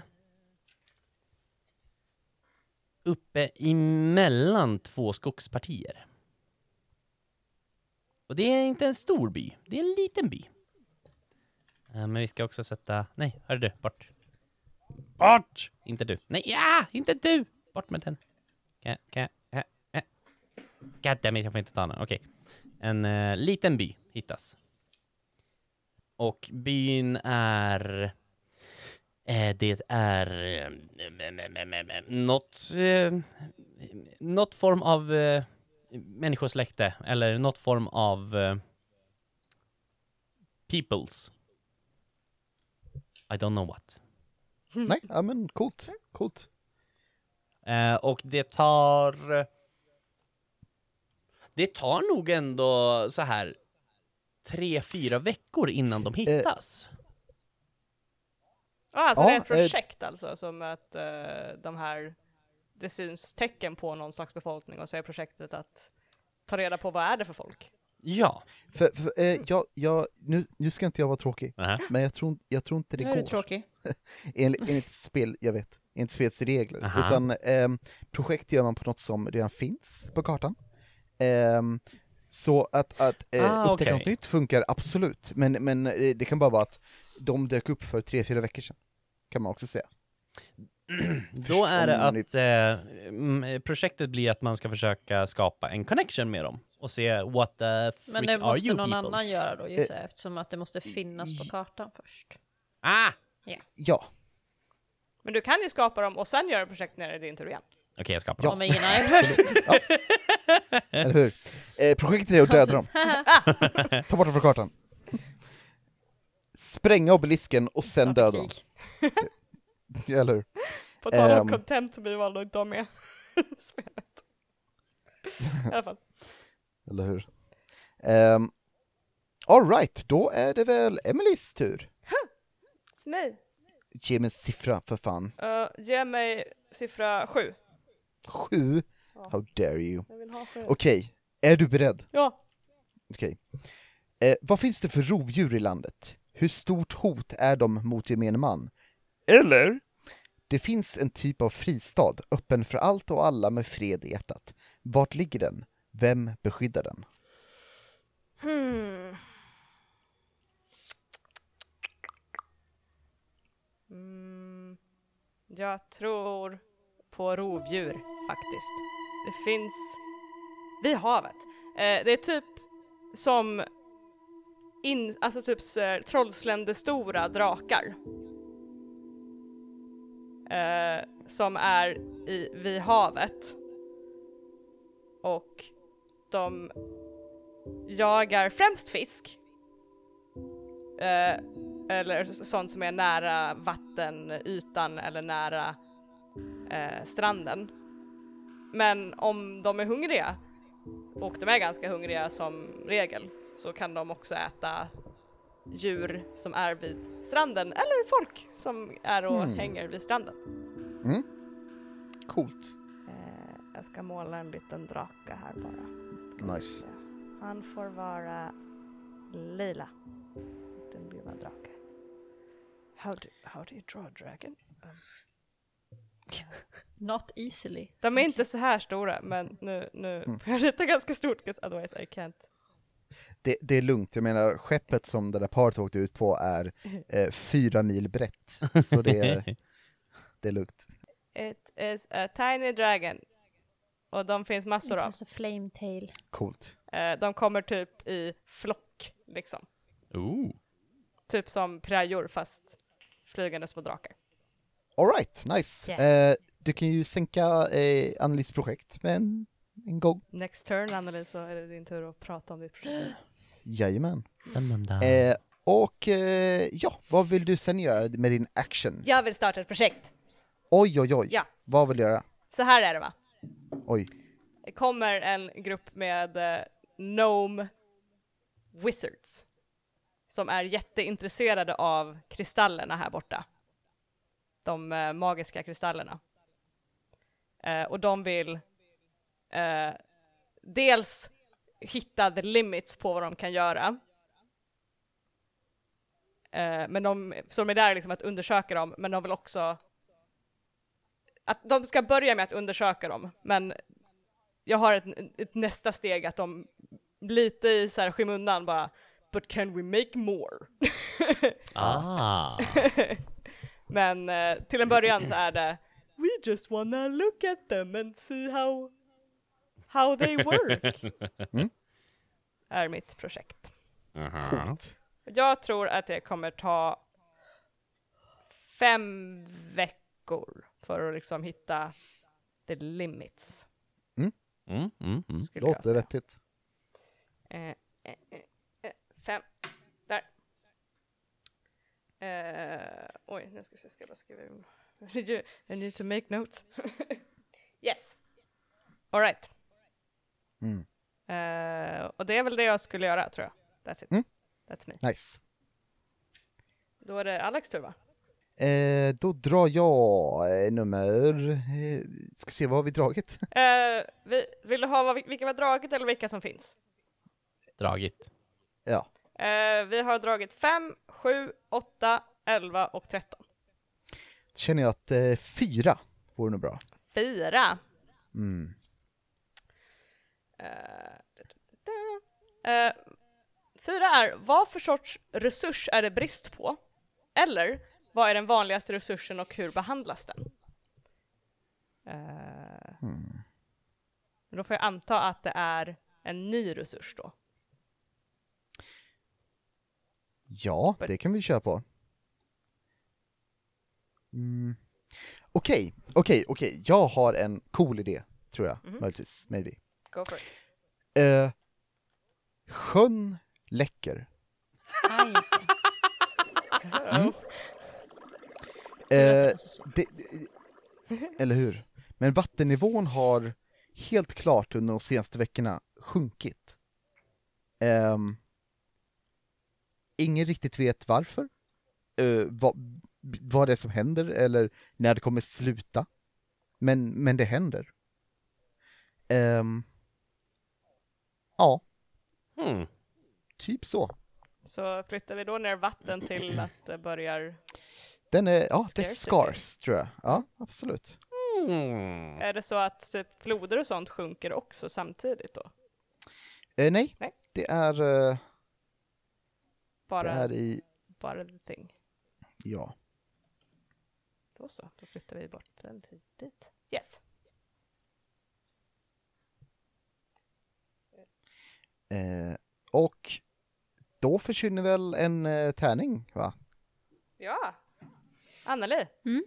Uppe emellan två skogspartier. Och det är inte en stor by. Det är en liten by. Eh, men vi ska också sätta... Nej, hör du, bort. Bort! Inte du. Nej, ja! Inte du! Bort med den. Kan, kan, äh, äh. Goddammit, jag får inte ta den. Okej. En eh, liten by hittas. Och byn är... Eh, det är... Eh, något... Eh, något form av eh, människosläkte. Eller något form av... Eh, peoples. I don't know what. Nej, ja men coolt. Coolt. Eh, och det tar... Det tar nog ändå så här... Tre, fyra veckor innan de hittas. Ah, alltså Ja, det är ett eh, projekt alltså, som att uh, de här, det syns tecken på någon slags befolkning och så är projektet att ta reda på vad är det för folk. Ja. För, för, eh, jag, jag, nu, nu ska inte jag vara tråkig, Nähä. men jag tror, jag tror inte det Nu är du går. tråkig. Enligt, enligt spel, jag vet, enligt spelets regler. Aha. Utan ehm, projekt gör man på något som redan finns på kartan. Ehm, så att, att eh, Ah, upptäcka okej. något nytt funkar absolut, men, men eh, det kan bara vara att de dök upp för tre, fyra veckor sedan. Kan man också säga. Då är det om ni- att eh, mm, projektet blir att man ska försöka skapa en connection med dem och se what the frick Men det are måste you någon people? annan göra då, gissar jag, eftersom att det måste finnas på kartan först. Ah! Ja, Men du kan ju skapa dem och sen göra projekt när det är din tur igen. Okej, jag skapar Ja. dem. Om ingen annan först. eller hur? Eh, projektet är att döda dem. Ta bort dem från kartan. Spränga obelisken och sen Starta döda dem. krig. Eller hur? På tal om Ehm. content så blir vi valda att de med spelet. I alla fall. Eller hur? Um, all right, då är det väl Emelies tur. Nej. Ge mig en siffra för fan. Uh, ge mig siffra sju. Sju? Ja. How dare you? Jag vill ha sju. Okej, är du beredd? Ja. Okej. Eh, vad finns det för rovdjur i landet? Hur stort hot är de mot gemene man? Eller? Det finns en typ av fristad, öppen för allt och alla med fred i hjärtat. Vart ligger den? Vem beskyddar den? Hmm. Mm. Jag tror på rovdjur faktiskt. Det finns vid havet. Eh, det är typ som in, alltså typ så, trollsländestora drakar. Eh, som är i, vid havet. Och de jagar främst fisk. Eh, eller sånt som är nära vattenytan eller nära eh, stranden. Men om de är hungriga och de är ganska hungriga som regel, så kan de också äta djur som är vid stranden eller folk som är och Mm. hänger vid stranden. Mm. Coolt. Eh, jag ska måla en liten drake här bara. Nice. Han får vara lila. Den lilla drake. How do, how do you draw a dragon? Um, Not easily. de är inte så här stora, men nu, nu Mm. får jag rita ganska stort, 'cause otherwise I can't. Det, det är lugnt, jag menar skeppet som det där paret åkte ut på är eh, fyra mil brett. Så det är, det är lugnt. It is a tiny dragon. Och de finns massor av. Alltså flame tail. Coolt. Eh, de kommer typ i flock, liksom. Ooh. Typ som pirajor, fast flygande små drakar. Alright, nice. Yeah. Eh, du kan ju sänka eh, Annelies projekt med en, en gång. Next turn, Anneli, så är det din tur att prata om ditt projekt. Jajamän. Dum, dum, dum. Eh, och eh, ja, vad vill du sen göra med din action? Jag vill starta ett projekt. Oj, oj, oj. Ja. Vad vill du göra? Så här är det, va? Oj. Det kommer en grupp med eh, Gnome Wizards som är jätteintresserade av kristallerna här borta. De eh, magiska kristallerna. Eh, och de vill eh, dels hitta the limits på vad de kan göra. Eh, men de, så de är där liksom att undersöka dem, men de vill också att de ska börja med att undersöka dem, men jag har ett, ett nästa steg att de lite i så här skymundan bara, but can we make more? Ah. Men eh, till en början så är det, we just wanna look at them and see how how they work. Mm. Är mitt projekt. Aha. Coolt. Jag tror att det kommer ta fem veckor för att liksom hitta the limits. Mm, mm, mm. Skulle jag Låter säga. vettigt. Eh, eh, eh, eh, fem. Där. Eh, oj, nu ska jag, ska jag bara skriva. I need to make notes. Yes. All right. Mm. Eh, och det är väl det jag skulle göra, tror jag. That's it. Mm. That's me. Nice. Då är det Alex tur, va? Eh, då drar jag eh, nummer... Eh, ska se, vad har vi dragit? Eh, vi, vill du ha vad, vilka vi har dragit eller vilka som finns? Dragit. Ja. Eh, vi har dragit fem, sju, åtta, elva och tretton. Känner jag att eh, fyra vore nog bra. Fyra. Mm. Eh, da, da, da. Eh, fyra är, vad för sorts resurs är det brist på? Eller, vad är den vanligaste resursen och hur behandlas den? Eh, Mm. Då får jag anta att det är en ny resurs då. Ja, det kan vi köra på. Mm. Okej, okej, okej. Jag har en cool idé, tror jag. Mhm. Möjligtvis, maybe. Go for it. Eh, sjön läcker. Aj, Mm. det Eh, är så stort. det, det- eller hur? Men vattennivån har helt klart under de senaste veckorna sjunkit. Ehm, ingen riktigt vet varför, eh, vad, vad det är som händer eller när det kommer sluta. Men, men det händer. Ehm, ja, Hmm. typ så. Så flyttar vi då ner vatten till att det börjar... Den är, ja, det är Scarcity. scars, tror jag. Ja, absolut. Mm. Är det så att typ floder och sånt sjunker också samtidigt då? Eh, nej, Nej. det är, eh, det Bara, är i, bara the thing. ja. Då så, då flyttar vi bort den till dit. Yes. Eh, och då försvinner väl en eh, tärning, va? Ja. Anneli. Mm.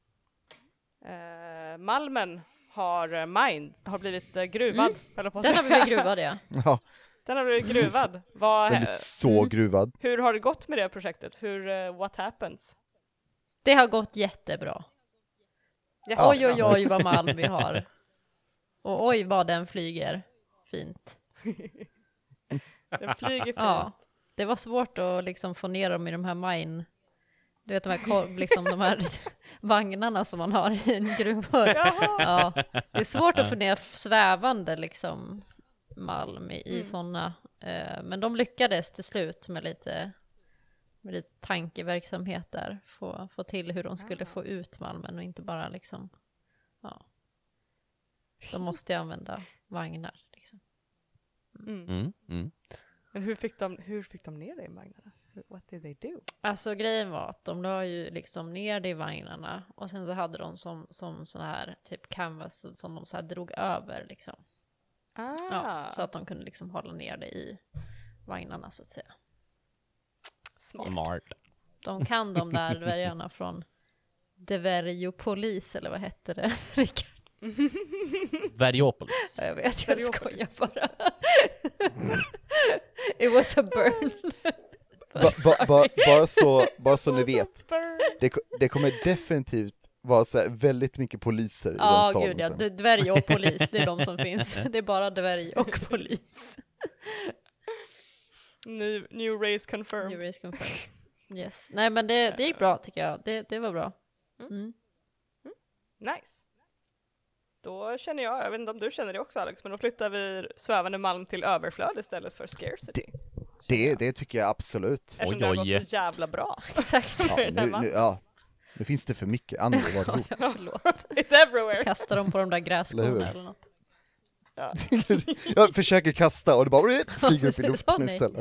Eh, Malmen har eh, mind, har blivit eh, gruvad. Mm. På Den har blivit gruvad, ja. Ja, Den har blivit gruvad. Vad, den blir så Mm. gruvad. hur har det gått med det projektet? Hur, eh, what happens? Det har gått jättebra. Jättebra. Oj, oj, oj vad malm vi har. Och oj vad den flyger. fint. Den flyger fint. Ja, det var svårt att liksom få ner dem i de här mine... Du vet de här, kor- liksom de här vagnarna som man har i en gruvor. Ja, det är svårt att få ner svävande liksom malm i, i Mm. sådana. Eh, men de lyckades till slut med lite, med lite tankeverksamhet där. Få, få till hur de skulle få ut malmen och inte bara liksom... Ja. De måste ju använda vagnar liksom. Mm. Mm, mm. Men hur fick, de, hur fick de ner det i vagnarna? What did they do? Alltså grejen var att de la ju liksom ner det i vagnarna och sen så hade de som, som sån här typ canvas som de så här drog över liksom. Ah. Ja, så att de kunde liksom hålla ner det i vagnarna så att säga. Smart. De kan de där dvärgarna från Dvergopolis eller vad hette det? Rickard? Dvärgopolis. Ja, jag vet, jag Dvergopolis. skojar bara. It was a burn. Ba, ba, ba, bara så, bara så ni Alltså, vet, burn. det, ko- det kommer definitivt vara så här väldigt mycket poliser i den Ja, staden gud ja. sen. D- Dvärg och polis, det är de som finns. Det är bara dvärg och polis. New, new race confirmed. New race confirmed. Yes. Nej, men det, det gick bra tycker jag. Det, det var bra. Mm. Nice. Då känner jag, jag vet inte om du känner det också Alex, men då flyttar vi svävande malm till överflöd istället för scarcity. Det, det tycker jag absolut. Eftersom Oj, det har gått oj. så jävla bra. Exakt. Ja, Den här nu, malmen. nu, ja, nu finns det för mycket. Anna, var det Ja, förlåt. It's everywhere. Kastar dem på de där Eller hur? grässkorna eller något. Ja. Jag försöker kasta och det bara flyger upp i precis. luften Åh, nej. istället.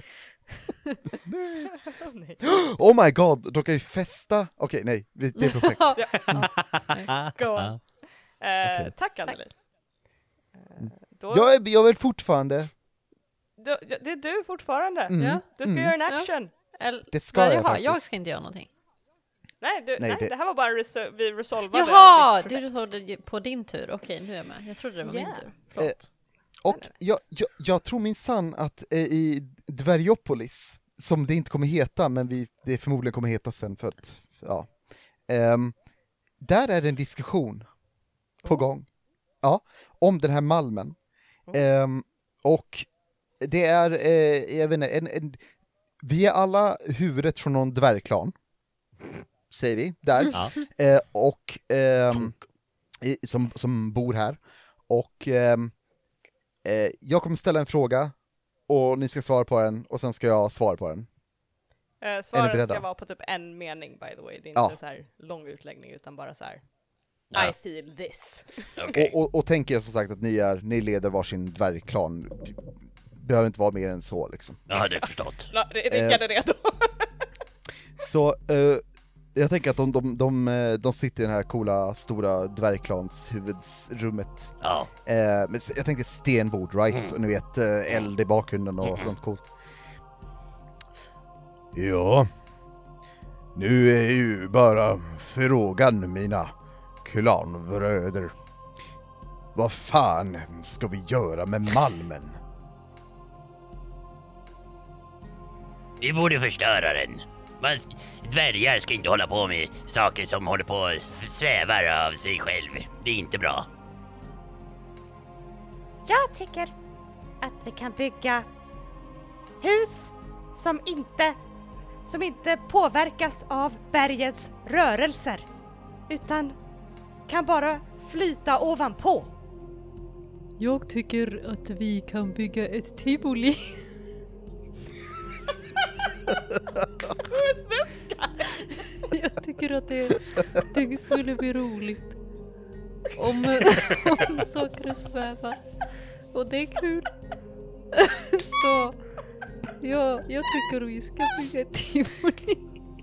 Oh, nej. Oh my god, de kan ju festa. Okej, nej, vi- det är projekt. Go on. Eh, Okej. Tack Anneli. Eh, då, Jag är, jag är fortfarande, då, det är du fortfarande. mm, Ja. Du ska mm, göra en Ja. action. Eller, det ska nej, jag jaha, jag faktiskt. ska inte göra någonting. Nej, du, nej, Nej, det... det- här var bara reso- vi resolvade. Jaha, ditt du projekt. hörde på din tur. Okej, nu är jag med. Jag trodde det var Yeah. min tur. Förlåt. Och jag, jag, jag tror minsann att eh, i Dvärgopolis, som det inte kommer heta, men vi, det förmodligen kommer heta sen för att, ja. Ehm, där är det en diskussion på Oh. gång. Ja, om den här malmen. Oh. Ehm, och det är, eh, jag vet inte, en, en, vi är alla huvudet från någon dvärgklan, säger vi, där. Ja. Eh, och ehm, i, som, som bor här. Och ehm, eh, jag kommer ställa en fråga och ni ska svara på den och sen ska jag svara på den. Eh, svaren beredda? ska vara på typ en mening by the way. Det är Ja. inte så här lång utläggning utan bara så här. Ja. I feel this. Okej. Och, och, och tänk er som sagt att ni, är, ni leder varsin dvärgklan. Behöver inte vara mer än så liksom. Ja, det är förstått. La- Rickard är redo. Så eh, jag tänker att de, de, de, eh, de sitter i den här coola stora dvärgklans huvudsrummet. Ja. Eh, men jag tänkte stenbord, right? Mm. Och ni vet eh, eld i bakgrunden och Mm. sånt coolt. Ja, nu är ju bara frågan, mina klanbröder. Vad fan ska vi göra med malmen? Vi borde förstöra den. Man, dvärgar ska inte hålla på med saker som håller på och svävar av sig själv. Det är inte bra. Jag tycker att vi kan bygga hus som inte, som inte påverkas av bergets rörelser, utan kan bara flyta ovanpå. Jag tycker att vi kan bygga ett tivoli. Jag tycker att det, det skulle bli roligt om, om saker svävar. Och det är kul. Så ja, jag tycker vi ska bygga ett tivoli.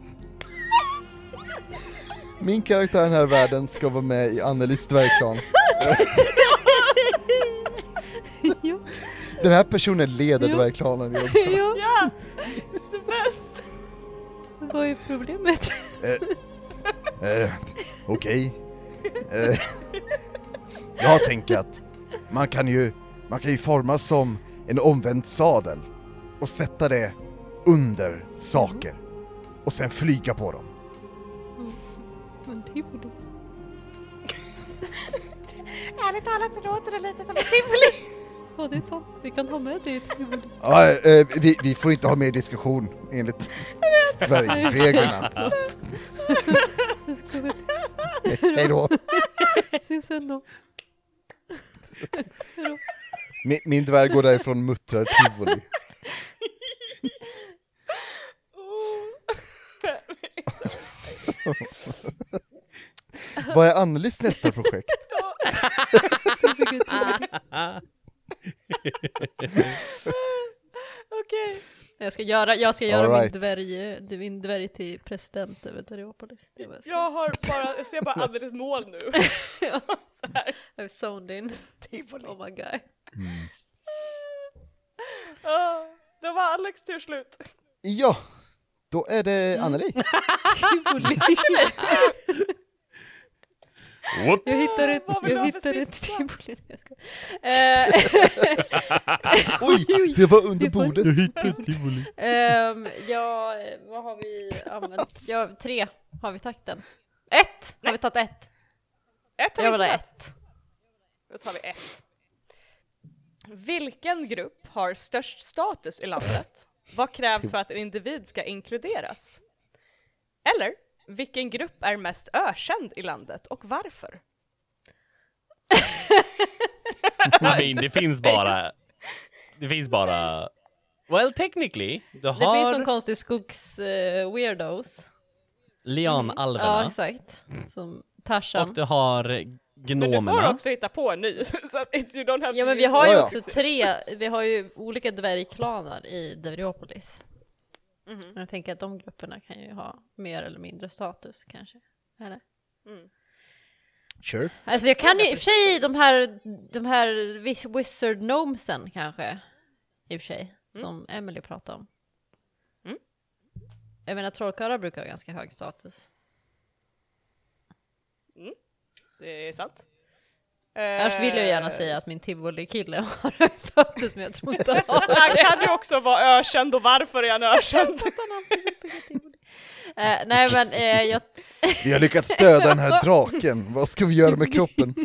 Min karaktär i den här världen ska vara med i Annelies dvärgklan. Ja, Den här personen leder Ja. dvärgklanen. ja. Ja! The best! Vad är problemet? Eh, eh, Okej. Eh, jag tänker att man kan ju man kan ju forma som en omvänd sadel och sätta det under saker och sen flyga på dem. En tivoli. Ärligt talat så låter det lite som ett tivoli. Ja, det är sant. Vi kan ha med det i tivoli. Ja, eh, vi, vi får inte ha mer diskussion enligt Sverigereglerna. Jag ska gå Hej då. till sin sen då. Min, min dvärg går därifrån muttrar tivoli. Vad är Annelies nästa projekt? Okej. Jag ska göra, jag ska göra All right. min, dvärg, min dvärg till president över Terriopolis. Det var så. Jag har bara, jag ser bara alldeles mål nu. Ja. Så här. I've zoned in. Tivoli. Oh my god. Mm. Ah, det var Alex tur slut. Ja, då är det Anneli. Tivoli. Whoops. Jag hittar ett, Vad vill du jag ha för hittar ett sista? tivoli. Jag ska. Eh, Oj, det var under Vi får- bordet. tivoli. ehm, ja, vad har vi använt? Ja, tre har vi tagit den. Ett! Har vi tagit ett? Ett har Jag vi vill ha inte tagit. ett. Då tar vi ett. Vilken grupp har störst status i landet? Vad krävs för att en individ ska inkluderas? Eller, vilken grupp är mest ökänd i landet och varför? I mean, det finns bara... Det finns bara... Well, technically, du Det finns har en konstig skogs eh, weirdos. lianalverna Ja, exakt. Som Tarzan. och du har Men du får gnomerna. också hitta på en ny. Så att it- you don't have Ja, to men vi use har Ja, ju ja. också tre, vi har ju olika dvärgklaner i Devriopolis. Mhm. Jag tänker att de grupperna kan ju ha mer eller mindre status kanske. Eller? Mm. Sure. Alltså jag kan ju i och för sig de här, de här vis- wizard gnomesen kanske. I och för sig. Som Emily pratade om. Mm. Jag menar trollkarlar brukar ha ganska hög status. Det är sant. Annars vill jag gärna Eh, säga att min tivoli-kille har hög status, men jag tror inte han har Han det. kan ju också vara ökänd, och varför är han ökänd? Eh, nej men eh, jag... Vi har lyckats döda den här draken. Vad ska vi göra med kroppen?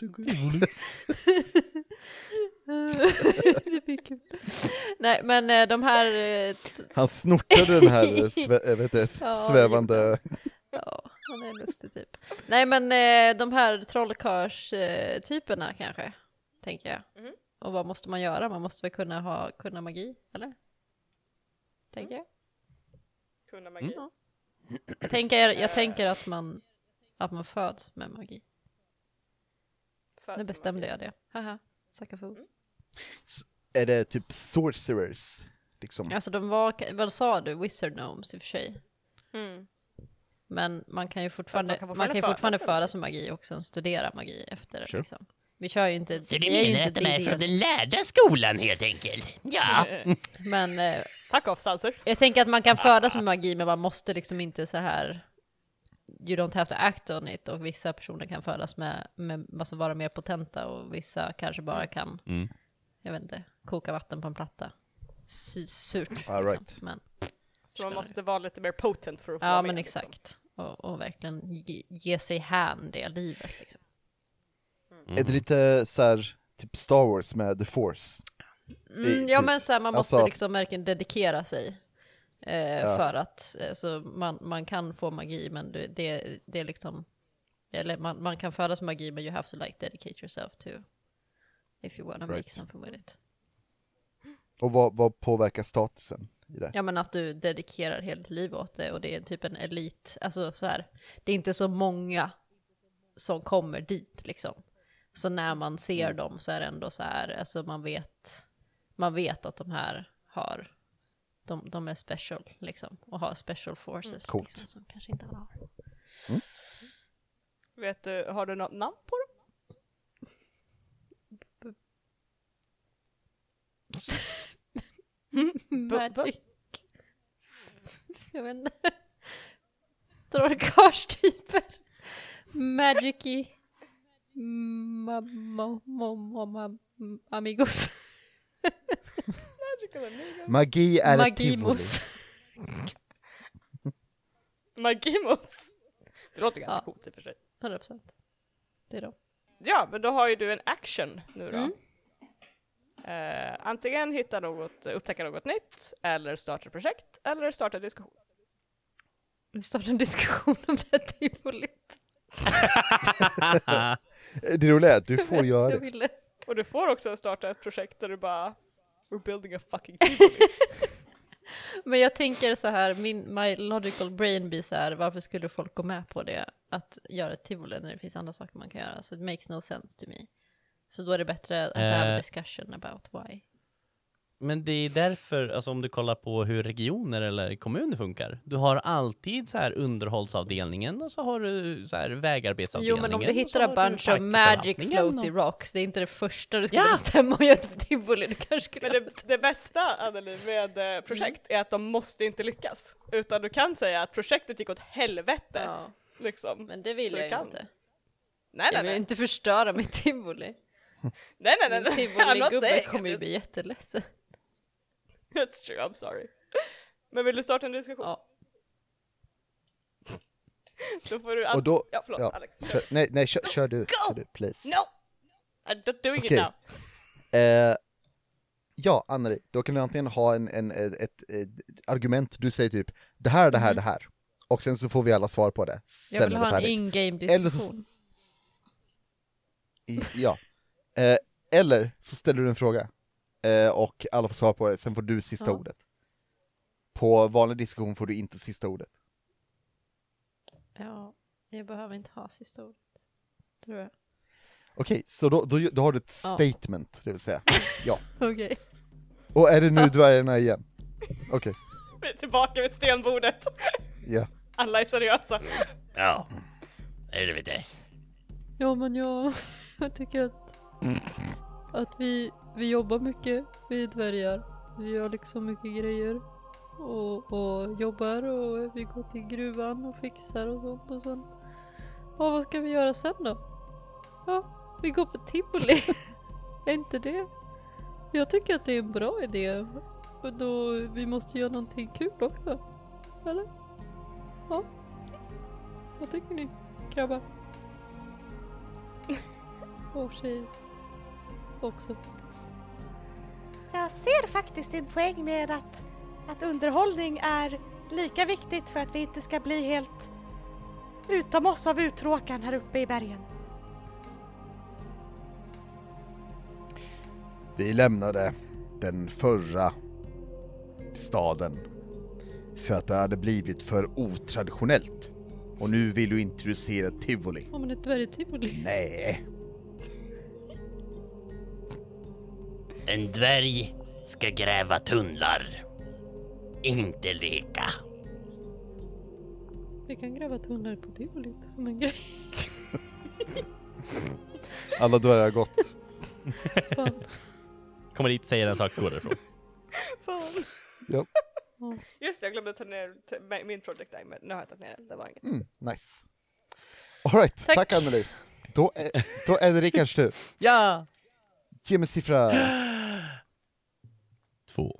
Det blir kul. Nej men eh, de här... Eh, t- Han snortade den här sve, äh, vet du, Ja, svävande... ja, han är en lustig typ. Nej men eh, de här trollkarls-typerna kanske, tänker jag. Mhm. Och vad måste man göra? Man måste väl kunna ha kunna magi, eller? Tänker jag. Kunna magi. Ja. Jag tänker, jag tänker att man att man föds med magi. För Nu att bestämde magi. jag det. Haha, sucka fools. Är det typ sorcerers? Liksom. Alltså de var, vad sa du? Wizard gnomes i och för sig. Mm. Men man kan ju fortfarande, Fast de kan man kan ju fortfarande fortfarande födas med födas med magi och sen studera magi efter det Sure. liksom. Vi kör ju inte, Så du vi är ju menar inte att de är D från D, den lärda skolan helt enkelt? Ja. Eh, men eh, Tack off, Sanser. jag tänker att man kan födas med magi, men man måste liksom inte så här. You don't have to act on it. Och vissa personer kan födas med, med alltså vara mer potenta, och vissa kanske bara kan, Mm. jag vet inte, koka vatten på en platta. S- surt. All liksom. right. Men, Så man måste vara lite mer potent för att få ja, vara men med, liksom. exakt. Och, och verkligen ge, ge sig hän det livet liksom. Mm. Är det lite så här, typ Star Wars med The Force? Mm, I- ja typ- men så här, man måste alltså- liksom verkligen dedikera sig eh, Ja. för att eh, så man, man kan få magi, men det, det, det är liksom, eller man, man kan födas med magi, men you have to like dedicate yourself to if you wanna make Right. something with it. Och vad, vad påverkar statusen i det? Ja, men att du dedikerar hela ditt liv åt det, och det är typ en elit, alltså så här, det är inte så många som kommer dit liksom. Så när man ser Mm. dem så är det ändå så här, alltså man vet, man vet att de här har, de, de är special liksom, och har special forces Coolt. liksom, som kanske inte alla har. Vet du, har du något namn på dem? Magic. Jag vet inte. Trollkarlstyper. Magic-y. Ma- ma- ma- ma- ma- amigos. Magi är ett tivoli. Magimos. Magimos. Det låter ganska Ja. coolt i och för sig. hundra procent. Det är de. Ja, men då har ju du en action nu då. Mm. Eh, antingen hitta något, upptäcka något nytt, eller starta ett projekt, eller starta en diskussion. Vi startar en diskussion om det tivolit. Det roliga är att du får göra Jag det. ville. Och du får också starta ett projekt där du bara we're building a fucking tivoli. Men jag tänker så här, min my logical brain blir så här, varför skulle folk gå med på det, att göra ett tivoli när det finns andra saker man kan göra? Så it makes no sense to me. Så då är det bättre att alltså, have a Eh. discussion about why. Men det är därför, alltså om du kollar på hur regioner eller kommuner funkar. Du har alltid så här underhållsavdelningen och så har du så här vägarbetsavdelningen. Jo, men om du och så hittar har a du bunch of magic parkförvaltningen floaty och- rocks, det är inte det första du skulle Ja! bestämma och göra ett tivoli. Du kanske skulle Men det, det bästa, Anneli, med eh, projekt är att de måste inte lyckas. Utan du kan säga att projektet gick åt helvete. Ja, Liksom. men det vill Så jag du ju kan. inte. Nej, Jag nej, vill nej. inte förstöra mitt tivoli. Nej, nej, nej. Min nej. I'm not tivoli-gubbe saying kommer ju it. bli jätteledsen. That's true, I'm sorry. Men vill du starta en diskussion? Ja. Då får du... Och då, ja, förlåt, ja, Alex. kör, nej, nej, kör, kör du, kör du, please. No! I'm not doing Okej. it now. Eh, ja, Anneli, då kan du antingen ha en, en, ett, ett, ett argument, du säger typ det här, det här, Mhm. det här. Och sen så får vi alla svar på det. Sen Jag vill är det ha en färdigt. in-game Eller så- diskussion. I, ja. Eh, eller så ställer du en fråga. Eh, och alla får svar på det, sen får du sista Ja. ordet. På vanlig diskussion får du inte sista ordet. Ja, jag behöver inte ha sista ordet. Tror jag. Okej, så då, då, då har du ett Ja. statement, det vill säga. Ja. Okej. Och är det nu dvärgarna igen? Okej, Vi är tillbaka vid stenbordet. ja. Alla är seriösa. Ja, eller vet jag. Ja, men jag, jag tycker att, att vi, vi jobbar mycket, vi är dvärgar. Vi gör liksom mycket grejer. Och, och jobbar och vi går till gruvan och fixar och sånt och sen. Ja, vad ska vi göra sen då? Ja, vi går på tivoli. Är inte det? Jag tycker att det är en bra idé. Och då, vi måste göra någonting kul också. Eller? Ja. Vad tycker ni, grabbar? Och tjejer. Också. Jag ser faktiskt din poäng med att, att underhållning är lika viktigt för att vi inte ska bli helt utom oss av uttråkan här uppe i bergen. Vi lämnade den förra staden för att det hade blivit för otraditionellt. Och nu vill du introducera tivoli. Ja, men ett dvärgtivoli. Nej. En dvärg ska gräva tunnlar. Inte leka. Vi kan gräva tunnlar på tivoli som en grej. Alla dörrar har gått. Fan. Kommer dit, säger en sak, går därifrån. Fan. Ja. Just det, jag glömde ta ner t- min project där, men nu har jag tagit ner den. Det var inget. Mm, nice. All right, tack, Tack. Anneli. Då är, då är det Rickards tur. Ja! Ge mig siffra Två.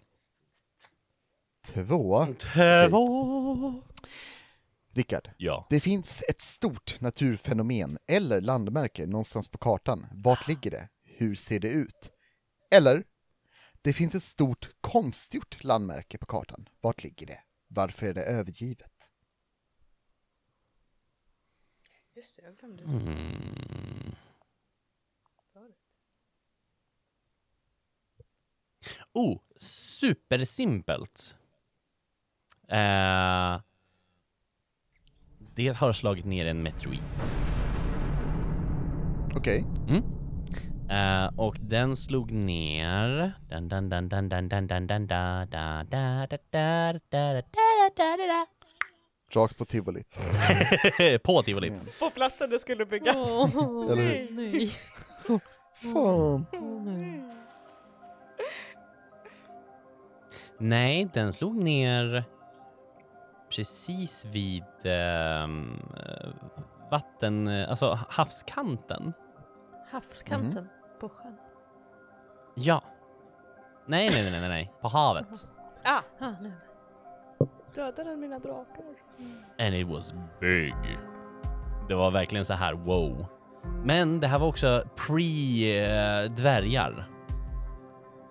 två. Två. Rickard, Ja. det finns ett stort naturfenomen eller landmärke någonstans på kartan. Vart ligger det? Hur ser det ut? Eller, det finns ett stort konstgjort landmärke på kartan. Vart ligger det? Varför är det övergivet? Just det, jag glömde. Mm. Oh, supersimpelt. Eh, det har slagit ner en meteorit. Okej. Mm. Eh, och den slog ner... Dan, dan, dan, dan, dan, dan, dan, dan, da, da, da, da, da, da, da, da, da, da. Rakt på tivoli. På tivolit. På platsen det skulle byggas. Åh, Eller hur? nej. Fan. Åh, nej. Nej, den slog ner precis vid ehm, vatten, alltså havskanten. Havskanten på sjön. Ja. Nej, nej, nej, nej, nej. På havet. Ah, Ah, nej. dödade den mina drakar? And it was big. Det var verkligen så här, wow. Men det här var också pre-dvärgar.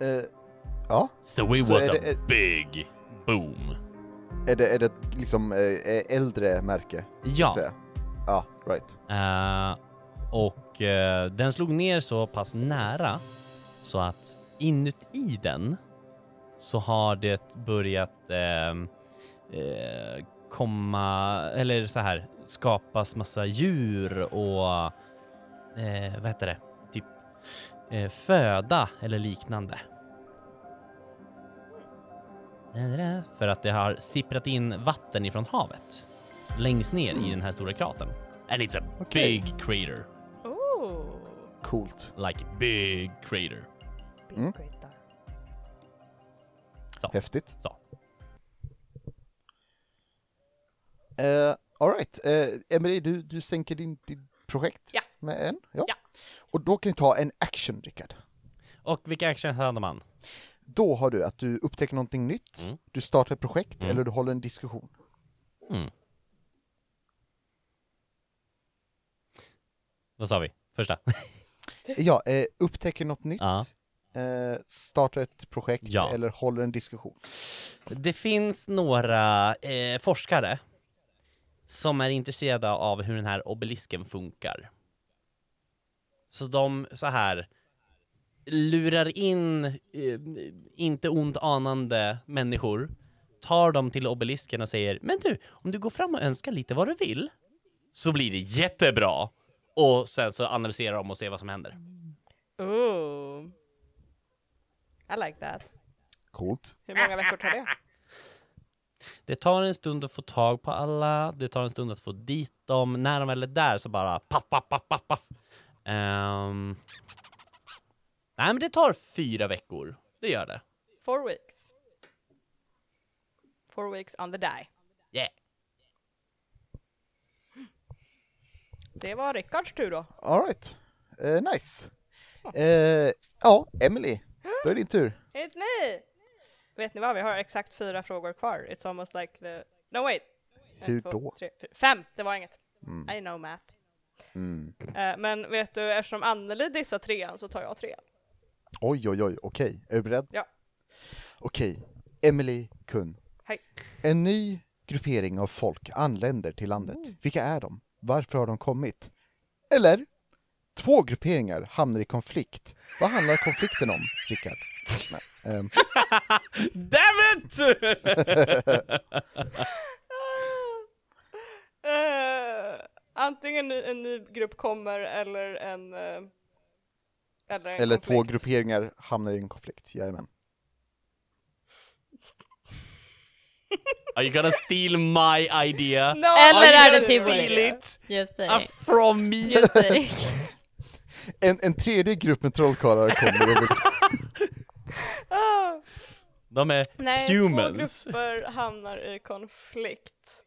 Eh, ja. So it Så was är a det- är- big boom. Är det, är det ett liksom eh, äldre märke? Ja. Säga? Ja, right. Eh, och eh, den slog ner så pass nära så att inuti den så har det börjat eh, eh, komma, eller så här, skapas massa djur och eh, vad heter det? Typ eh, föda eller liknande. För att det har sipprat in vatten ifrån havet längst ner i den här stora kratern. And it's a Okej. big crater. Oh, Coolt. Like big crater. big Mm. great där. Häftigt. Så. Uh, Alright, uh, Emelie, du, du sänker din, din projekt Ja. med en? Ja. Ja. Och då kan du ta en action, Rickard. Och vilka actions hade man? Då har du att du upptäcker någonting nytt, Mm. du startar ett projekt Mm. eller du håller en diskussion. Mm. Vad sa vi? Första? Ja, eh, upptäcker något nytt, Ja. eh, startar ett projekt Ja. eller håller en diskussion. Det finns några eh, forskare som är intresserade av hur den här obelisken funkar. Så de så här lurar in eh, inte ont anande människor, tar dem till obelisken och säger: men du, om du går fram och önskar lite vad du vill så blir det jättebra. Och sen så analyserar de och ser vad som händer. Ooh. I like that. Coolt. Hur många veckor tar det? Det tar en stund att få tag på alla, det tar en stund att få dit dem. När de väl är där så bara paff, paff, paff, paff, paff. Um... Nej, men det tar fyra veckor. Det gör det. Four weeks. Four weeks on the die. Yeah. Det var Rickards tur då. Alright, eh, nice. Eh, ja, Emily, då är det din tur. It's me! Vet ni vad? Vi har exakt fyra frågor kvar. It's almost like the... No wait! En, Hur två, då? tre, fyra. Fem! Det var inget. Mm. I know math. Mm. Eh, men vet du, eftersom Anneli dissar trean så tar jag trean. Oj, oj, oj, okej. Är du beredd? Ja. Okej, Emily Kun. Hej. En ny gruppering av folk anländer till landet. Vilka är de? Varför har de kommit? Eller, två grupperingar hamnar i konflikt. Vad handlar konflikten om, Rickard? Nej, ehm, Damn it! Eh, antingen en, en ny grupp kommer eller en... eh, eller en eller två konflikt. grupperingar hamnar i en konflikt. Jajamän. Are you gonna steal my idea? No, Eller Are you är det gonna Timo? steal it Just uh, saying. from me? Just saying. En, en tredje grupp med trollkarlar kommer och vill... Ah. De är Nej, humans. två grupper hamnar i konflikt.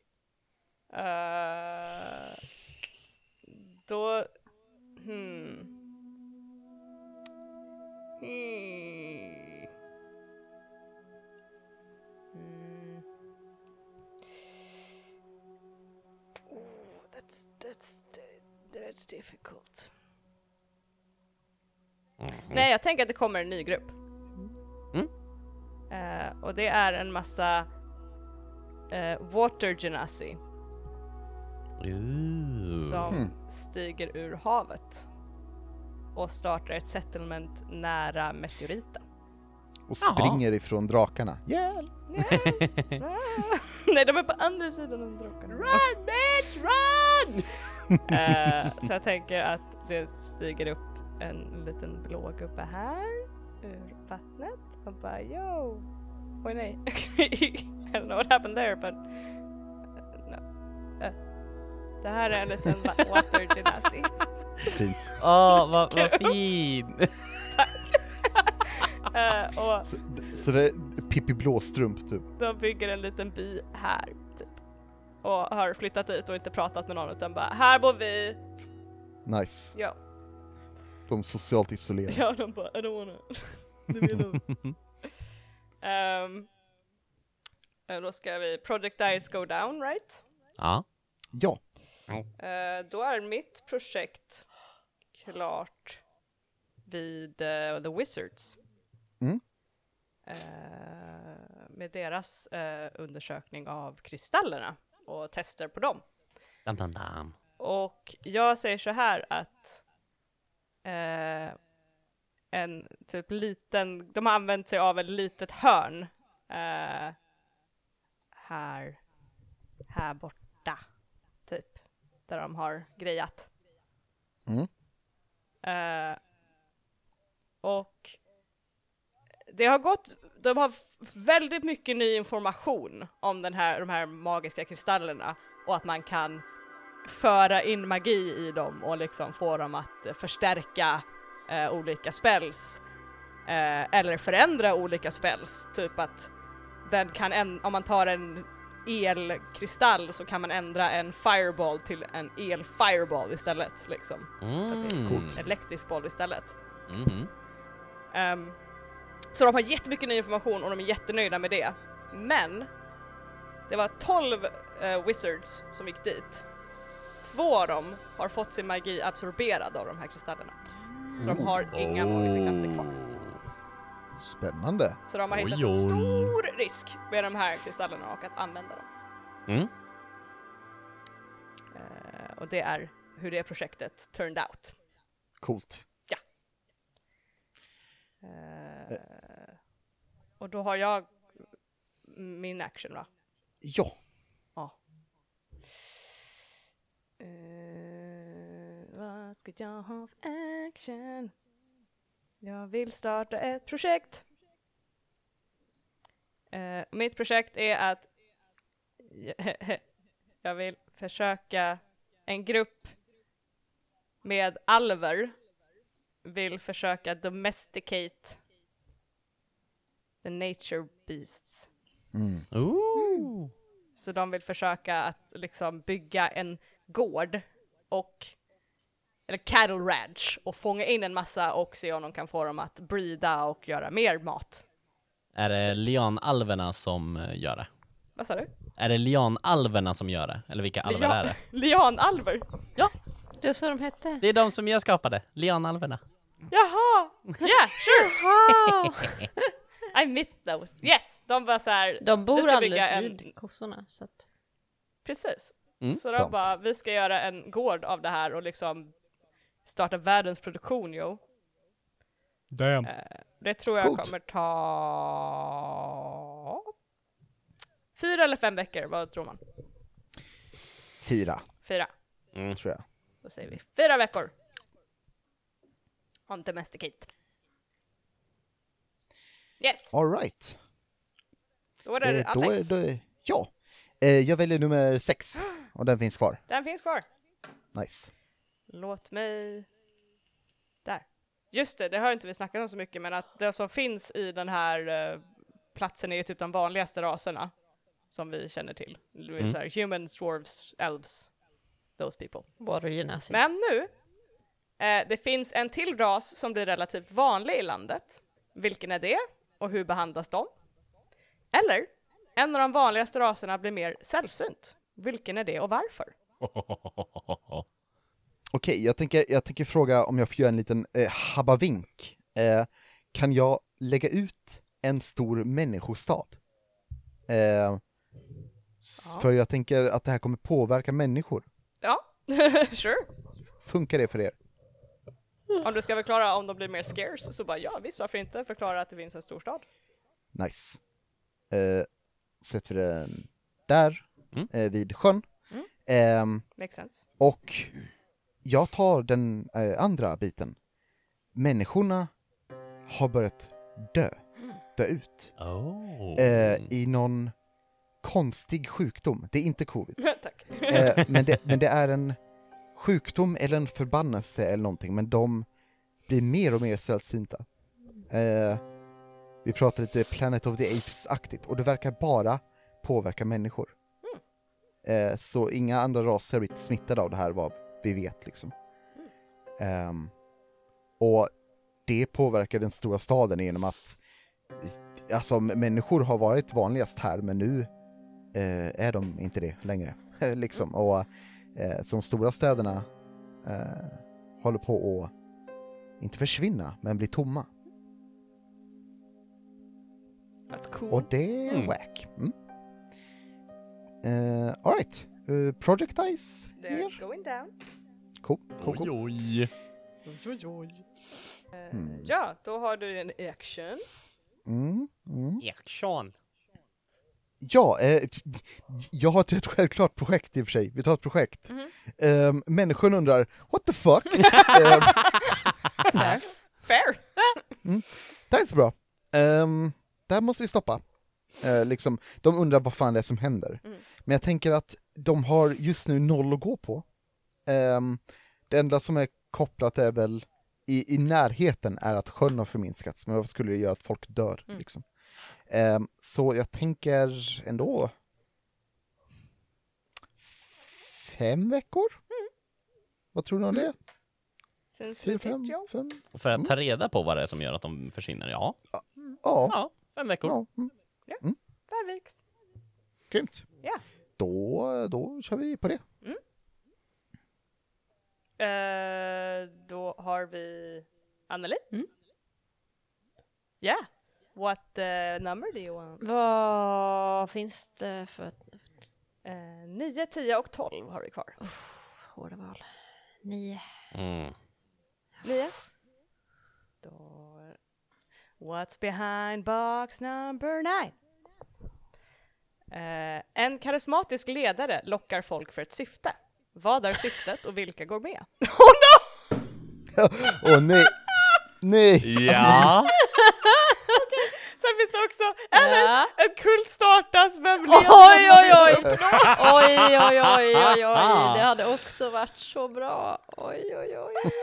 Uh, då... Hmm. Hmm. Hmm. Oh, that's, that's, that's difficult. Nej, jag tänker att det kommer en ny grupp. Mm. Eh, och det är en massa eh, water genasi Ooh. som Hmm. stiger ur havet och startar ett settlement nära meteoriten. och Jaha. springer ifrån drakarna. Hjälp! Nej, de är på andra sidan av drakarna. Run, bitch, run! Eh, så jag tänker att det stiger upp en liten blå gubbe här ur vattnet och bara yo. Oj nej. I don't know what happened there but uh, no. Uh, det här är en liten wa- water genasi. Fint. Åh, vad vad fin! Eh, och Så, så det är Pippi Blåstrump typ. de bygger en liten by här typ. Och har flyttat dit och inte pratat med någon utan bara här bor vi. Nice. Ja. De är socialt isolerade. Ja, de bara I don't wanna. Det vill de. Um, eh, då ska vi Project Dice go down, right? Ja. Ja. Eh, då är mitt projekt klart vid eh, The Wizards. Mm. Eh, med deras eh, undersökning av kristallerna och tester på dem. Dam, dam, dam. Och jag säger så här att eh, en typ liten, de har använt sig av ett litet hörn eh, här, här borta, typ, där de har grejat. Mm. Eh, och det har gått, de har f- väldigt mycket ny information om den här, de här magiska kristallerna och att man kan föra in magi i dem och liksom få dem att eh, förstärka eh, olika spells eh, eller förändra olika spells, typ att den kan en, om man tar en elkristall så kan man ändra en fireball till en el-fireball istället liksom. Mm. Coolt. Elektrisk boll istället. Mhm. Um, så de har jättemycket ny information och de är jättenöjda med det. Men det var tolv uh, wizards som gick dit. Två av dem har fått sin magi absorberad av de här kristallerna. Så de har inga magiska krafter kvar. Spännande. Så de har Oj, hittat en oj. stor risk med de här kristallerna och att använda dem. Mm. Uh, och det är hur det projektet turned out. Coolt. Uh, och då har jag min action, va? Ja. Ja. Uh, vad ska jag ha för action? Jag vill starta ett projekt. Uh, mitt projekt är att jag vill försöka, en grupp med alver vill försöka domesticate the nature beasts. Mm. Ooh. Så de vill försöka att liksom bygga en gård och eller cattle ranch och fånga in en massa och se om de kan få dem att breeda och göra mer mat. Är det lianalverna som eh, gör det? Vad sa du? Är det lianalverna som gör det? Eller vilka alver är det? Lianalver? Det är så de hette. Det är de som jag skapade, lianalverna. Jaha! Yeah, sure! Jaha! I missed those. Yes! De var så här. De vi bor ska bygga alldeles en- vid kossorna. Så att... Precis. Mm, så de sant. bara, vi ska göra en gård av det här och liksom starta världens produktion, jo. Damn. Eh, det tror jag Coolt. kommer ta fyra eller fem veckor, vad tror man? Fyra, Fyra. Mm. tror jag. Då säger vi fyra veckor. On domesticate. Yes, All right. då är det Eh, då är, Alex. då är, ja. Eh, jag väljer nummer sex. Och den finns kvar. Den finns kvar. Nice. Låt mig... Där. Just det, det har inte vi snackat om så mycket, men att det som finns i den här eh, platsen är ju typ de vanligaste raserna som vi känner till. Mm. Så här, humans, dwarves, elves, those people. Water genasi. Men nu, eh, det finns en till ras som blir relativt vanlig i landet. Vilken är det? Och hur behandlas de? Eller, en av de vanligaste raserna blir mer sällsynt. Vilken är det och varför? Okej, jag tänker, jag tänker fråga om jag får göra en liten eh, habavink. Eh, kan jag lägga ut en stor människostad? Eh, s- Ja. För jag tänker att det här kommer påverka människor. Ja, sure. Funkar det för er? Om du ska förklara om de blir mer scarce så bara ja, visst, varför inte förklara att det finns en stor stad? Nice. Eh, sätter vi den där, Mm. eh, vid sjön. Mm. Ehm, Makes sense. och jag tar den eh, andra biten. Människorna har börjat dö. Dö ut. Oh. Eh, I någon konstig sjukdom. Det är inte covid. Tack. Eh, men, det, men det är en sjukdom eller en förbannelse eller någonting. Men de blir mer och mer sällsynta. Eh, vi pratar lite Planet of the Apes-aktigt. Och det verkar bara påverka människor. Eh, så inga andra raser har blivit smittade av det här, vad vi vet liksom. Ehm, och det påverkar den stora staden genom att alltså m- människor har varit vanligast här, men nu eh, är de inte det längre. liksom. Och eh, som stora städerna eh, håller på att inte försvinna, men bli tomma. Cool. Och det är Mm. wack. Mm. Uh, Alright. Uh, Project Ice? They're Mer? going down. Cool, cool, cool. oj. Oj, oj, oj. Eh, Mm. Ja, då har du en action. Mm, mm. Action. Ja, eh, jag har ett rätt självklart projekt i och för sig. Vi tar ett projekt. Mhm. Um, människan undrar, what the fuck? um, Fair. Fair. det här är inte så bra. Um, det här måste vi stoppa. Uh, liksom, de undrar vad fan det är som händer. Mm. Men jag tänker att de har just nu noll att gå på. Um, det enda som är kopplat är väl i, i närheten är att sjön har förminskats. Men vad skulle det göra att folk dör? Mm. Liksom? Um, så jag tänker ändå fem veckor? Mm. Vad tror ni om det? Since Fyra, legit, fem, ja. fem? För att ta reda på vad det är som gör att de försvinner, ja. Ja, Ja, fem veckor. ja. Mm. Där viks. Grymt. Ja. Då, då kör vi på det. Eh, då har vi Anneli. Mm. Yeah. What uh, number do you want? Vad finns det för Uh, nio, tio och tolv har vi kvar. hårda val? Nio. Mm. nio. Då... What's behind box number nine? Eh, en karismatisk ledare lockar folk för ett syfte. Vad är syftet och vilka går med? Åh nej! Nej! Ja. Sen finns det också, eller Ja. en kult startas, vem Oj, leder? oj, oj! Oj, oj, oj, oj, oj. Det hade också varit så bra. Oj, oj, oj, oj.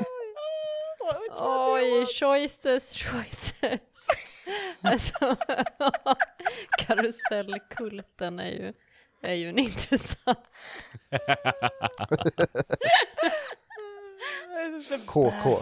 Oj, choices, choices. Alltså, karusellkulten är ju, är ju en intressant. K K.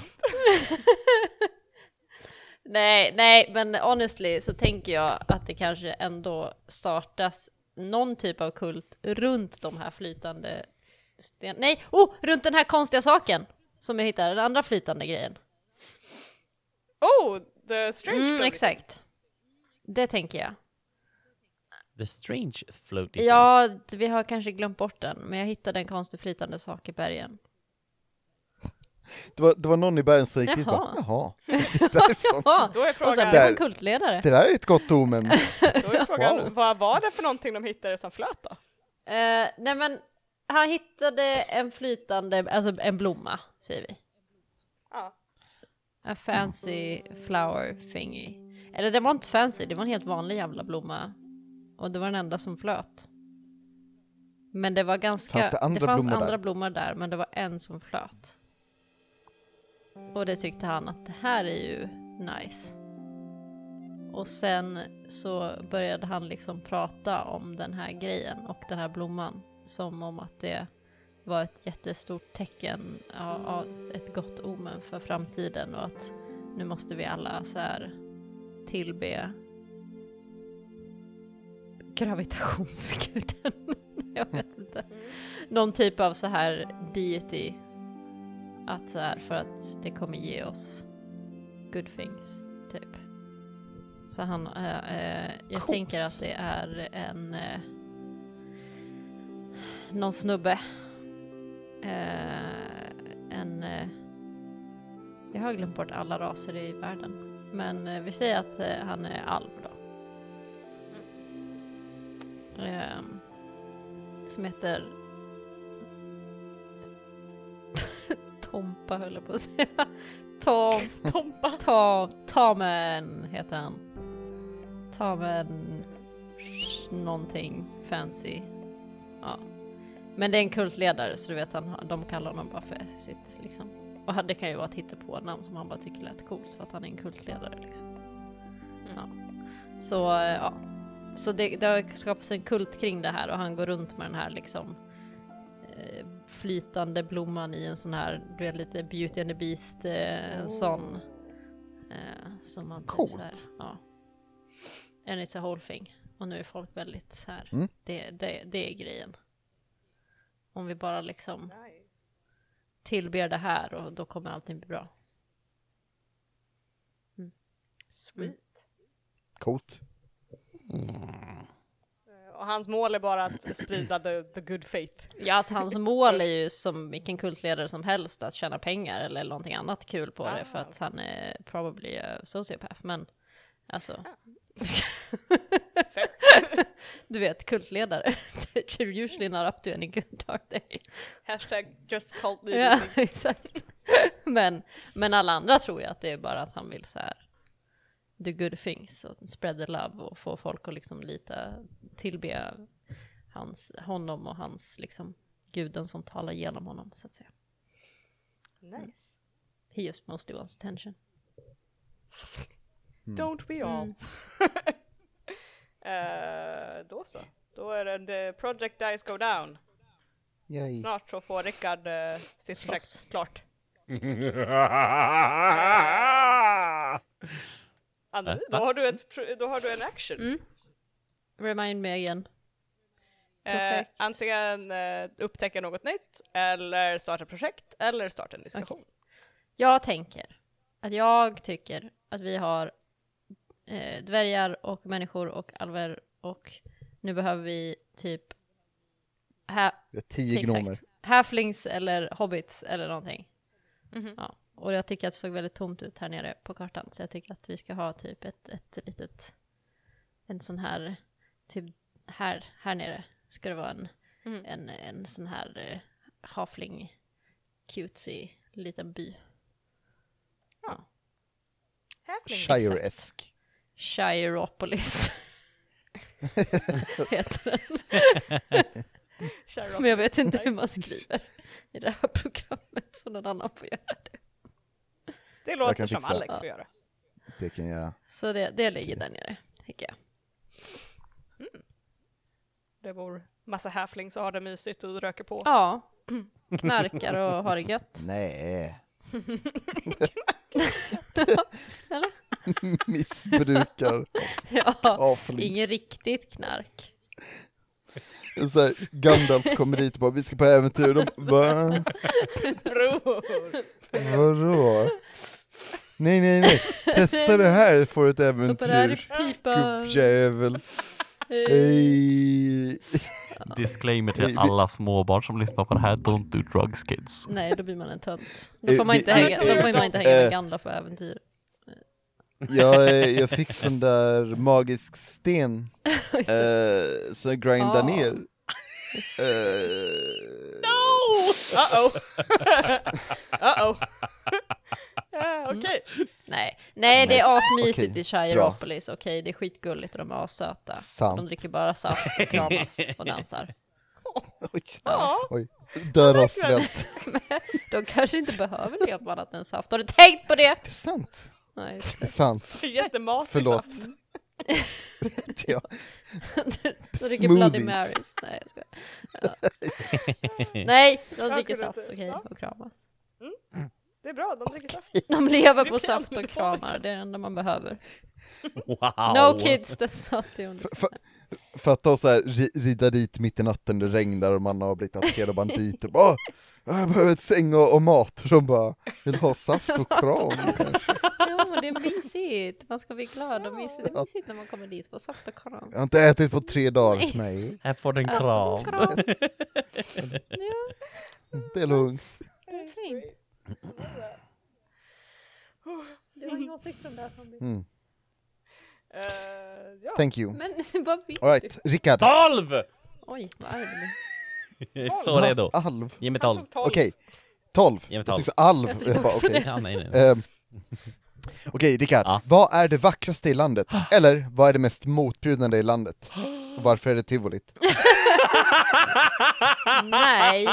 Nej, nej, men honestly så tänker jag att det kanske ändå startas någon typ av kult runt de här flytande sten... Nej, oh, runt den här konstiga saken som jag hittade, den andra flytande grejen. Oh, the strange Mm, story. exakt. Det tänker jag. The strange floating. Ja, vi har kanske glömt bort den, men jag hittade en konstig flytande sak i bergen. Det var, det var någon i bergen som gick ut och bara, Jaha. jaha. Därifrån. Ja, Då är och sen frågan, blev Där. hon kultledare. Det där är ett gott omen. då är frågan Wow. vad var det för någonting de hittade som flöt då? Eh, nej men, han hittade en flytande, alltså en blomma, säger vi. Ja. A fancy flower thingy. Eller det var inte fancy, det var en helt vanlig jävla blomma. Och det var den enda som flöt. Men det var ganska... Fanns det andra fanns blommor andra där? blommor där, men det var en som flöt. Och det tyckte han att det här är ju nice. Och sen så började han liksom prata om den här grejen och den här blomman. Som om att det var ett jättestort tecken, ja, ja, ett gott omen för framtiden. Och att nu måste vi alla så här tillbe gravitationsguden. Jag vet inte. Någon typ av så här deity. Att så här, för att det kommer ge oss good things, typ. Så han, äh, äh, jag Coolt. tänker att det är en äh, någon snubbe. Äh, en äh, jag har glömt bort alla raser i världen. Men äh, vi säger att äh, han är alv då. Ehm, som heter Tompa höll jag på att säga. Tom, Tompa. Ta, Tamen heter han. Tamen sh- någonting fancy. Ja. Men det är en kultledare så du vet han, de kallar honom bara för sitt liksom. Och det kan ju vara ett hittepånamn som han bara tycker lät coolt för att han är en kultledare liksom. Ja. Så ja. Så det, det har skapats en kult kring det här och han går runt med den här liksom eh, flytande blomman i en sån här, du vet lite Beauty and the Beast, eh, en sån eh, som man typ Coolt. så här, ja. And it's a whole thing. Och nu är folk väldigt så här, Mm. det, det, det är grejen. Om vi bara liksom Nice. tillber det här och då kommer allting bli bra. Sweet. Coolt. Och hans mål är bara att sprida the, the good faith. Ja, alltså hans mål är ju som vilken kultledare som helst att tjäna pengar eller någonting annat kul på Ah, det för att han är probably a sociopath, men alltså du vet, kultledare they're usually not up to any good, are they? Hashtag just called Ja, exakt. men, men alla andra tror jag att det är bara att han vill så här do good things och spread the love och få folk att liksom lita, tillbe hans, honom och hans liksom guden som talar genom honom, så att säga. Nice. He just mostly wants attention. Mm. Don't we all? Mm. Eh, då så. Då är det the project dice go down. Yay. Snart så får Rickard uh, sitt Slåss. projekt klart. Andri, Äh, då va? har du, ett, pro- då har du en action. Mm. Remind me again. Eh, Perfekt. antingen eh, upptäcka något nytt, eller starta projekt, eller starta en diskussion. Okej. Jag tänker att jag tycker att vi har eh, dvärgar och människor och alver och nu behöver vi typ ha- Vi har tio exakt, gnomer. halflings eller hobbits eller någonting. Mhm. Ja. Och jag tycker att det såg väldigt tomt ut här nere på kartan, så jag tycker att vi ska ha typ ett, ett litet en sån här typ här, här nere ska det vara en, Mhm. en, en sån här eh, halfling cutesy liten by. Ja. Shire-esk. Shireopolis heter den. Sheriff. Men jag vet inte hur man skriver i det här programmet, så någon annan får göra det. Det låter kan som fixa. Alex Ja. får göra. Det kan jag göra. Så det, det ligger där nere, tycker jag. Det bor massa halflings och har det mysigt och röker på. Ja, knarkar och har det gött. Nej. Eller? Missbrukar. Ja, Avflings. ingen riktigt knark. Så här, Gandalf kommer dit och bara, vi ska på äventyr. Och de, va? Bror! Vadå? Nej, nej, nej. Testa det här för ett Stoppa det här i äventyr. pipan. Gubbjävel. Hej. Disclaimer till Vi- vi- alla småbarn som lyssnar på det här. Don't do drugs, kids. Nej, då blir man en tönt. Då får Eh, man vi- inte vi- hänga, då får man inte hänga eh, med Gandalf för äventyr. Jag, eh, jag fick sån där magisk sten eh, som jag grindar Ah. ner. Eh, Uh-oh! Uh-oh! Ja, okej. Nej, nej det är asmysigt Okej, i Shireopolis, okej, det är skitgulligt och de är assöta. De Sant. dricker bara saft och kramas och dansar. Oj, Ja, oj. Dör av svält. De kanske inte behöver det på annat än saft. Har du tänkt på det? Det är sant. Nej, just Det är sant. jättematig Förlåt. saft. Ja. det. De dricker Bloody Smoothies. Marys. Nej, jag skojar. Ja. Nej, de Jag dricker kunde saft, inte- okej, ja. och kramas. Det är bra, de dricker saft. De lever Det på kan saft aldrig och få kramar, det är det enda man behöver. Wow! No kids, that's not the only. F- f- Fatta att så här, ri- rida dit mitt i natten, det regnar och man har blivit attackerad av banditer. Bara, "Åh, jag behöver ett säng och, och mat. Och de bara, vill ha saft och kram kanske. Jo, men det är mysigt. Man ska bli glad och mysigt. Det är mysigt när man kommer dit på saft och kram. Jag har inte ätit på tre dagar. Nej. Nej, Här får du en Ja, kram. kram. Ja, det är lugnt. det är fint. Du har ingen åsikt om det här, Tommy. Mm. Eh, ja. Thank you. Men vad vill All right, Rickard. Tolv! Oj, vad är det nu? Jag är så redo. Alv. Ge mig Han tolv. tog tolv. Okej, tolv. Ge mig Jag tolv. tyckte alv. Jag tyckte Jag bara, också okej. det. Ja, nej, nej. Ehm, Okej, Rickard. Ja. Vad är det vackraste i landet? Eller vad är det mest motbjudande i landet? Och varför är det tivolit? Nej!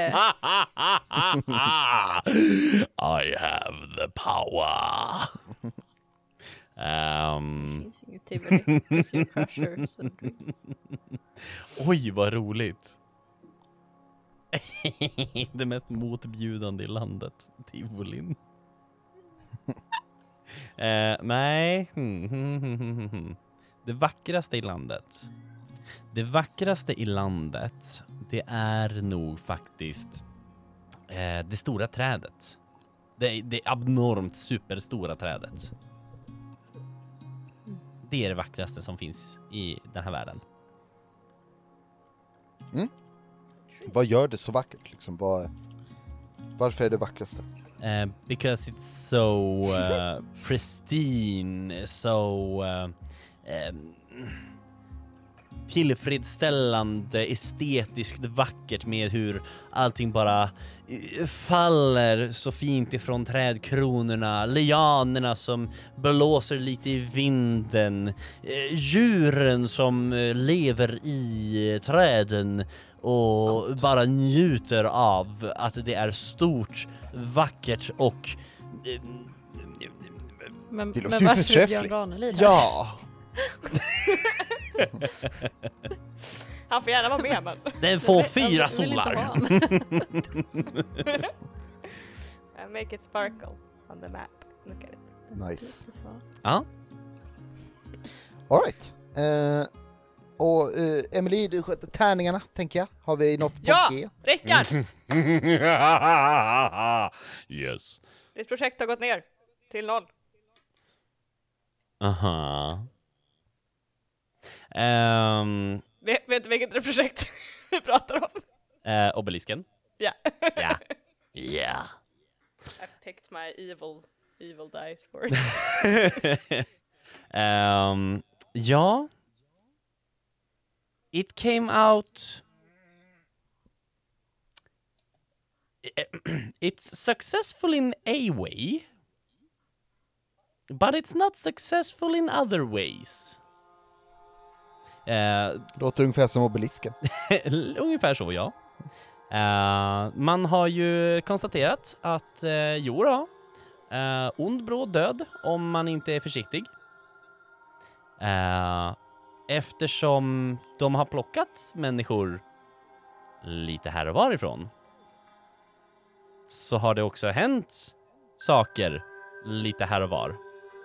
I have the power. Det Ehm, finns ju inget tivoli. Plus your crushers and drinks. oj, vad roligt. Det mest motbjudande i landet. Tivolin. eh, nej. Det vackraste i landet. Det vackraste i landet, det är nog faktiskt eh, det stora trädet. Det, det abnormt superstora trädet. det är det vackraste som finns i den här världen. Mm. Vad gör det så vackert? Liksom, vad, varför är det vackraste? Uh, because it's so uh, pristine, so uh, um, tillfredsställande, estetiskt vackert med hur allting bara faller så fint ifrån trädkronorna, lianerna som blåser lite i vinden, eh, djuren som eh, lever i träden och Coolt. bara njuter av att det är stort, vackert och eh, Men, Det låter men ju varför är förträffligt. Björn Ranelid här? ja, Han får gärna vara med, men... den får fyra Jag vill inte solar. ha han. Uh, make it sparkle on the map. Look at it. Nice. Ja. All right. Eh, och eh, Emily, du sköter tärningarna, tänker jag. Har vi något på Ja! G? Rickard! Yes. Ditt projekt har gått ner till noll. Aha. Um, Vet, vet du vilket projekt vi pratar om? uh, obelisken. Ja. Ja. Ja. I picked my evil, evil dice for it. um, ja. It came out... It's successful in a way, but it's not successful in other ways. Uh, Låter ungefär som obelisken. ungefär så, ja. Uh, man har ju konstaterat att uh, jo då, uh, ond bråd död om man inte är försiktig. Uh, eftersom de har plockat människor lite här och varifrån, så har det också hänt saker lite här och var.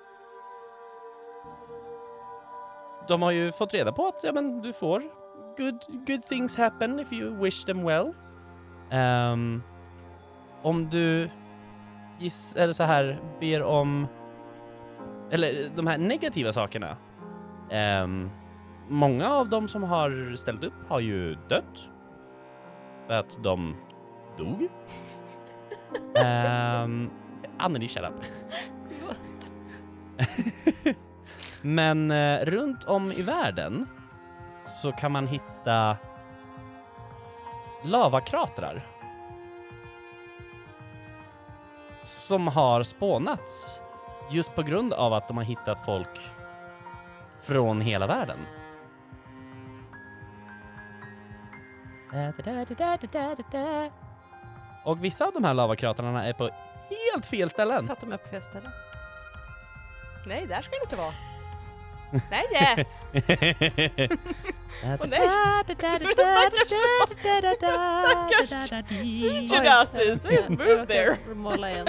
De har ju fått reda på att ja, men du får good, good things happen if you wish them well. Um, om du giss, eller så här ber om, eller de här negativa sakerna. Um, många av dem som har ställt upp har ju dött för att de dog. um, Anneli, shut up. Men eh, runt om i världen så kan man hitta lavakratrar som har spånats just på grund av att de har hittat folk från hela världen. Och vissa av de här lavakratrarna är på helt fel ställen. För att de är på fel ställe. Nej, där ska det inte vara. Nej, nej. Åh nej. Stackars Genasi, just move there. Måla igen.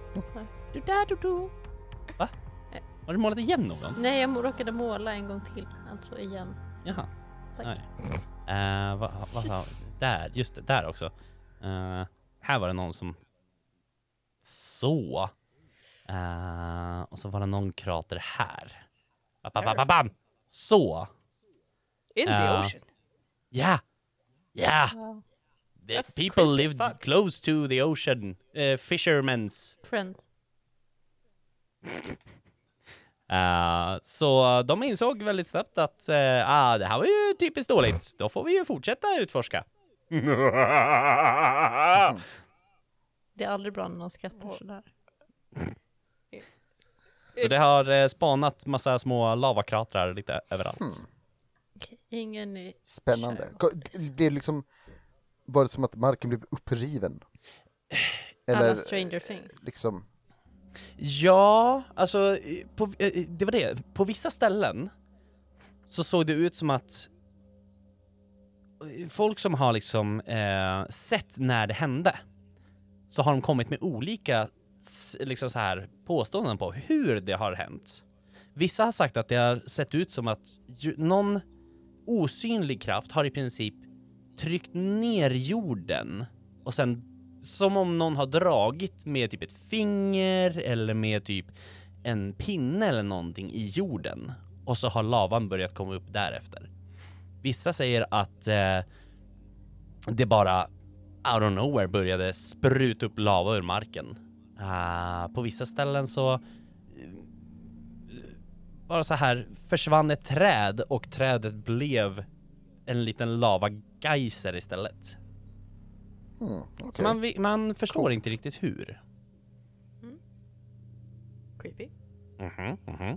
Va? Har du målat igen någon? Nej, jag råkade måla en gång till. Alltså igen. Jaha. Tack. Nej. Uh, vad va, va, där, just det, där också. Uh, här var det någon som så. Uh, och så var det någon krater här. Bam, bam, bam, bam. Så. In the Uh, ocean. Ja. Ja. Wow. The That's people crazy as lived fuck. close to the ocean. Uh, fishermen's. Friend. Uh, så de insåg väldigt snabbt att uh, ah, det här var ju typiskt dåligt. Då får vi ju fortsätta utforska. Det är aldrig bra när någon skrattar sådär. Så det har uh, spanat massa små lavakratrar lite överallt. Hmm. Okej, ingen är... Spännande. Det är liksom, var det som att marken blev uppriven? Alla Stranger Things. Liksom, Ja, alltså på, det var det. På vissa ställen så såg det ut som att folk som har liksom eh, sett när det hände, så har de kommit med olika liksom så här påståenden på hur det har hänt. Vissa har sagt att det har sett ut som att ju, någon osynlig kraft har i princip tryckt ner jorden och sen som om någon har dragit med typ ett finger eller med typ en pinne eller någonting i jorden. och så har lavan börjat komma upp därefter. Vissa säger att eh, det bara out of nowhere började spruta upp lava ur marken. Uh, på vissa ställen så uh, bara så här försvann ett träd och trädet blev en liten lavageiser istället. Mm, okay. Så man, man förstår Coolt. inte riktigt hur. Mm. Creepy. Mhm, mhm.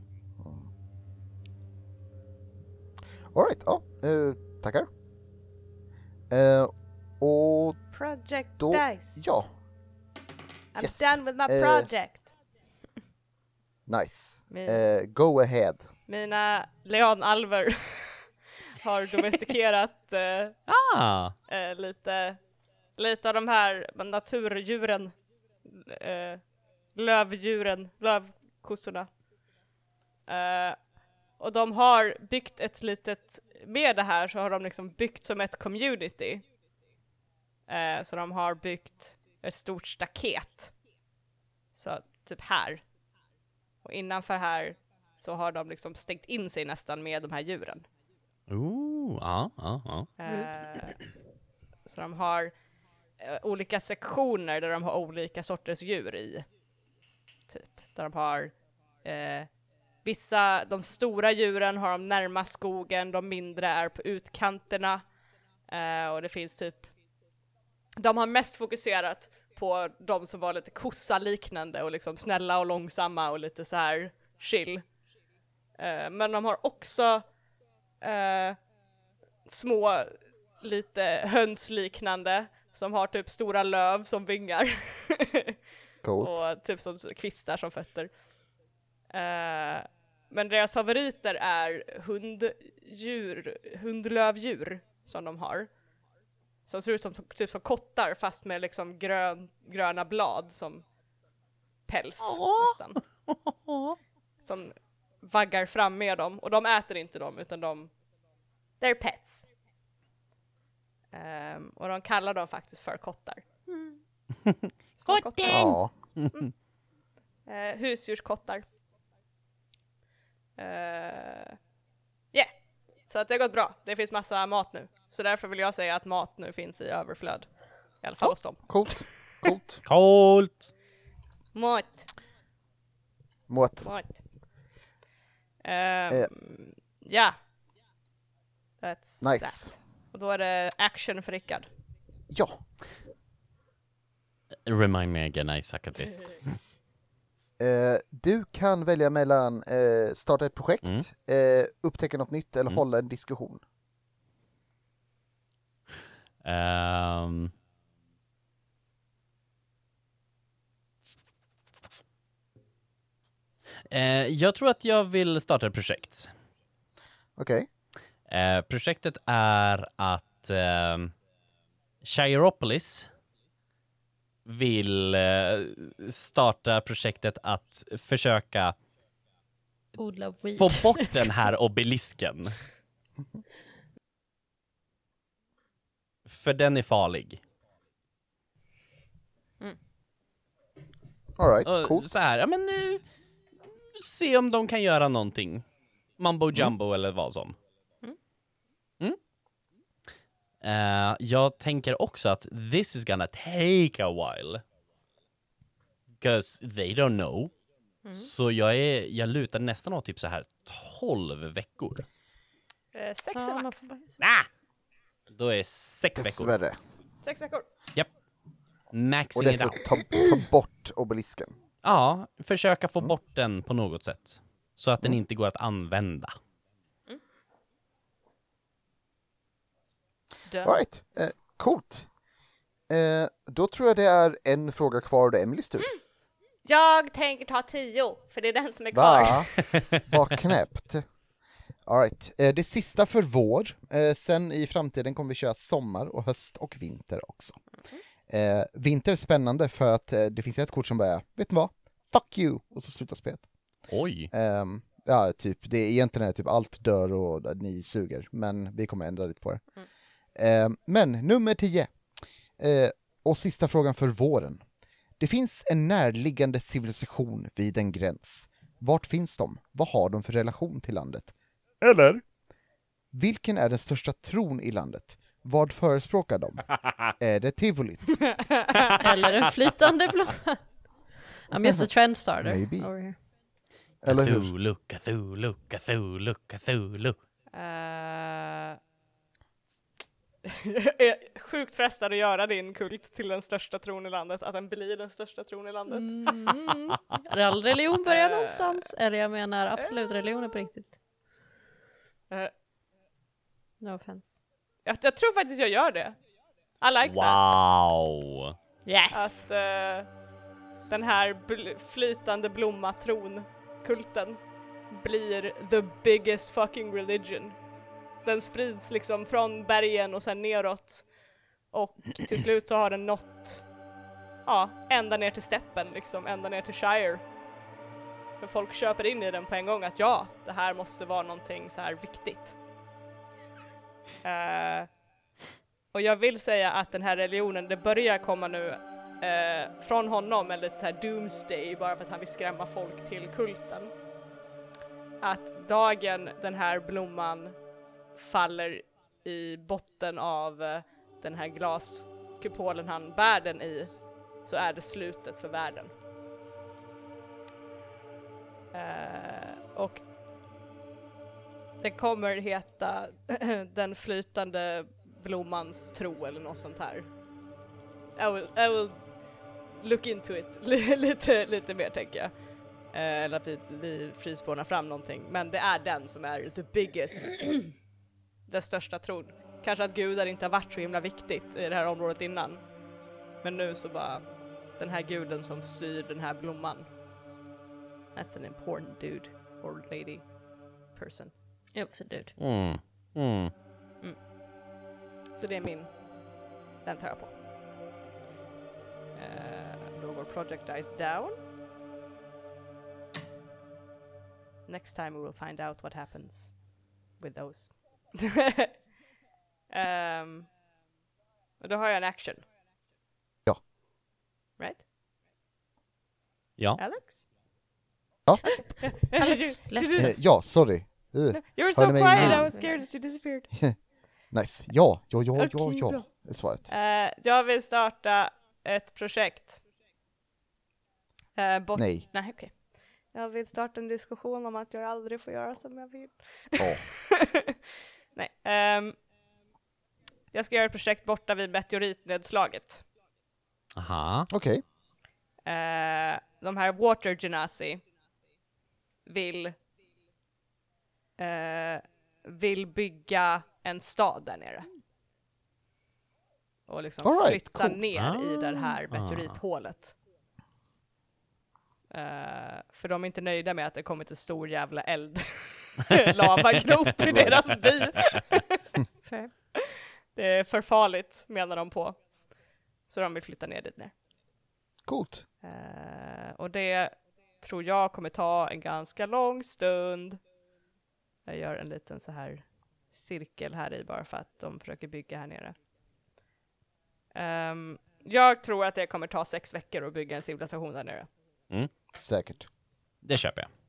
All right, ja, eh, tackar. Eh, och Project då, Dice. ja, I'm yes. done with my Eh, project. nice. Min- Eh, go ahead. Mina leonalver har domestikerat eh, Ah! eh, lite, lite av de här naturdjuren, eh, lövdjuren, lövkossorna. Eh, och de har byggt ett litet, med det här så har de liksom byggt som ett community. Eh, så de har byggt ett stort staket. Så typ här. Och innanför här så har de liksom stängt in sig nästan med de här djuren. Ooh, ja, ja, ja. Eh, så de har eh, olika sektioner där de har olika sorters djur i. Typ. Där de har eh, vissa, de stora djuren har de närmast skogen, de mindre är på utkanterna. Eh, och det finns typ, de har mest fokuserat på de som var lite kossa-liknande och liksom snälla och långsamma och lite så här chill. Eh, men de har också eh, små, lite hönsliknande som har typ stora löv som vingar. Coolt. Och typ som kvistar som fötter. Eh, men deras favoriter är hunddjur, hundlövdjur som de har. Som ser ut som typ som kottar fast med liksom grön, gröna blad som päls nästan. Som vaggar fram med dem. Och de äter inte dem utan de, they're pets. Um, och de kallar dem faktiskt för kottar. Mm. Kottar! Ja, Uh, husdjurskottar. Uh, yeah. Så att det har gått bra. Det finns massa mat nu. Så därför vill jag säga att mat nu finns i överflöd. I alla fall Ja. hos dem. coolt. Coolt. Coolt! Mat. Mått. Mat. Um, Ja. That's Nice. that. Och då är det action för Rickard. Ja. Remind me again, I suck at this. Eh, du kan välja mellan eh, starta ett projekt, Mm. eh, upptäcka något nytt eller Mm. hålla en diskussion. Um, eh, jag tror att jag vill starta ett projekt. Okej. Eh, projektet är att eh, Chiropolis vill eh, starta projektet att försöka Odla weed. få bort den här obelisken. För den är farlig. All right, Och coolt. så här, ja men eh, se om de kan göra någonting. Mambo jumbo eller vad som. Mm. Eh, jag tänker också att this is gonna take a while. Because they don't know. Så jag, är, jag lutar nästan åt typ så här tolv veckor. Eh, sex Ja, är man max. får bara- Ah! Då är sex veckor. Dessvärre. Sex veckor. Och Maxing det it får out. ta, ta bort obelisken. Ja, försöka få Mm. bort den på något sätt. Så att den inte går att använda. Dö. All right, eh, coolt. Eh, då tror jag det är en fråga kvar och det är Emelies tur. Jag tänker ta tio, för det är den som är kvar. Va? Vad knäppt. All right. eh, det sista för vår. Eh, sen i framtiden kommer vi köra sommar och höst och vinter också. Eh, vinter är spännande för att eh, det finns ett kort som börjar, vet ni vad? Fuck you! Och så slutar spelet. Oj. Ehm, ja, typ, det är egentligen är det typ allt dör och ni suger, men vi kommer ändra lite på det. Ehm, men nummer tio. Eh, och sista frågan för våren. Det finns en närliggande civilisation vid en gräns. Vart finns de? Vad har de för relation till landet? Eller? Vilken är den största tron i landet? Vad förespråkar de? Är det tivolit? Eller en flytande blomma. I'm just a trend starter. Maybe. Over here. Eller hur? Cthulhu, Cthulhu, Cthulhu, Cthulhu. Uh... Jag är sjukt frestad att göra din kult till den största tron i landet, att den blir den största tron i landet. Mm. All religion börjar någonstans. Eller jag menar absolut religionen på riktigt. Uh, No offense. jag, jag tror faktiskt jag gör det. I like that. Wow! Yes! Att uh, den här bl- flytande blommatron-kulten blir the biggest fucking religion. Den sprids liksom från bergen och sen neråt. Och till slut så har den nått, ja, ända ner till steppen liksom, ända ner till Shire. För folk köper in i den på en gång att ja, det här måste vara någonting så här viktigt. Uh, och jag vill säga att den här religionen, det börjar komma nu uh, från honom, eller lite så här doomsday, bara för att han vill skrämma folk till kulten. Att dagen den här blomman faller i botten av uh, den här glaskupolen han bär den i, så är det slutet för världen. Uh, och det kommer heta den flytande blommans tro eller något sånt här. I will, I will look into it lite, lite mer, tänker jag. Eh, eller att vi, vi frispånar fram någonting. Men det är den som är the biggest, den största tron. Kanske att gudar inte har varit så himla viktigt i det här området innan. Men nu så bara, den här guden som styr den här blomman. That's an important dude or lady person. Jo, så dude. Mm. Mm. Mm. Så det är min, den tar jag på. Uh, då går Project Dice down. Next time we will find out what happens with those. um, och då har jag en action. Ja. Right? Ja. Alex? Ja. Alex, You- left you Eh, just- ja, sorry. Uh, You were so Hörde mig quiet, innan. I was scared that you disappeared. nice. Ja, ja, ja, ja, Okej, ja. bra. Det är svaret. Uh, jag vill starta ett projekt. Uh, bort- Nej. Nej, okej. Jag vill starta en diskussion om att jag aldrig får göra som jag vill. Ja. Nej. ehm, jag ska göra ett projekt borta vid meteoritnedslaget. Aha. Okej. Eh, de här Water Genasi vill eh, vill bygga en stad där nere. Och liksom All right, flytta cool. ner i det här Ah. meteorithålet. Uh, för de är inte nöjda med att det kommit en stor jävla eld lavagrop i deras by. Fair. Det är för farligt, menar de på. Så de vill flytta ner dit ner. Coolt. Uh, och det tror jag kommer ta en ganska lång stund. Jag gör en liten så här cirkel här i bara för att de försöker bygga här nere. Um, jag tror att det kommer ta sex veckor att bygga en civilisation där nere. Mm. Säkert. Det köper jag.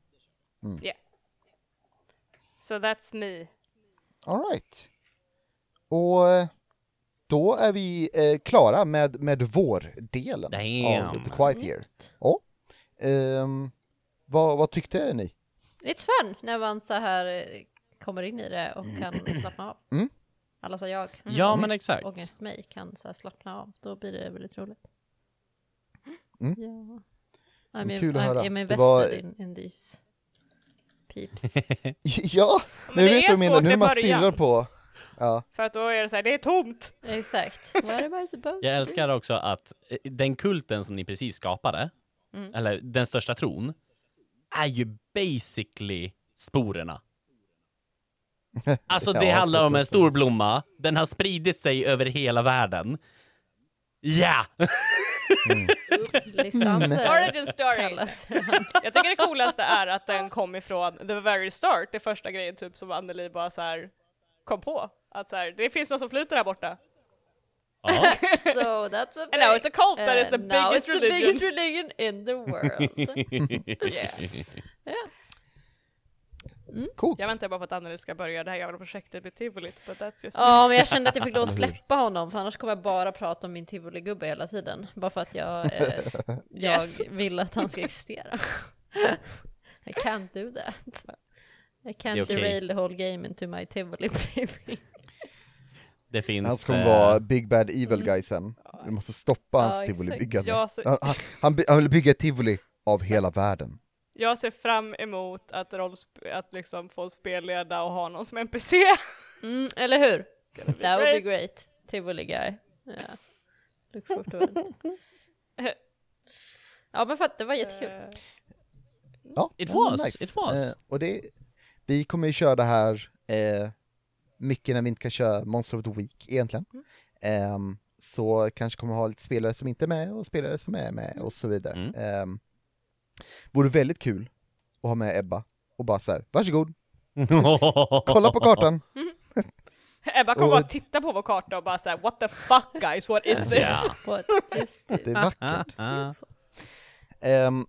So that's me. All right. Och eh, då är vi eh, klara med, med vår-delen Damn. av The Quiet Year. Ja. Ehm, vad, vad tyckte ni? It's fun när man så här eh, kommer in i det och kan slappna av. Mm. Alla så jag. Ja, men Ångest- exakt. Ångest mig kan så här slappna av. Då blir det väldigt roligt. Mm. Ja. Men I'm, kul att I'm, höra. I'm Det invested var- in, in these peeps. ja, Men nu det vet är jag menar. svårt Nu i när man början. stirrar på... Ja. För att då är det så här, det är tomt. Exakt. What am I supposed Jag to älskar också att eh, den kulten som ni precis skapade, Mm. eller den största tron, är ju basically sporerna. Alltså det Ja, handlar om en precis. stor blomma, den har spridit sig över hela världen. Ja! Oops, Lysander Origin story. kallas. Jag tycker det coolaste är att den kom ifrån the very start. Det första grejen typ som Anneli bara så här kom på. Att så här, det finns någon som flyter där borta. Ja. So that's a And now it's a cult that is the uh, now biggest it's the religion. biggest religion in the world. Yeah. Coolt. Jag väntar bara på att Anneli ska börja det här jävla projektet med Tivolit, but that's just Ja, men jag kände att jag fick lov att släppa honom, för annars kommer jag bara prata om min Tivoli-gubbe hela tiden. Bara för att jag, eh, jag Yes. vill att han ska existera. I can't do that. I Det är can't okej. derail the whole game into my Tivoli living. Det finns... Han kommer eh, vara Big Bad Evil Guy sen. Vi måste stoppa hans Ja, exakt. tivoli-byggande. Jag ser, Han, han, han, by- han vill bygga ett tivoli av hela världen. jag ser fram emot att, rollsp- att liksom få spelleda och ha någon som N P C. Mm, eller hur? It's gonna be That would be great. great. Tivoli guy. Yeah. Look forward to it. Ja, men för att det var jättekul. Eh, Ja, It ja, was, it was. Eh, och det, vi kommer ju köra det här eh, mycket när vi inte kan köra Monster of the Week egentligen. Ehm, så kanske kommer ha lite spelare som inte är med och spelare som är med och så vidare. Mm. Ehm, vore väldigt kul att ha med Ebba och bara så här, varsågod, kolla på kartan. Ebba kommer Och- bara titta på vår karta och bara säga what the fuck guys, what is this? Ja. What is this? Det är vackert. Ah, Ehm,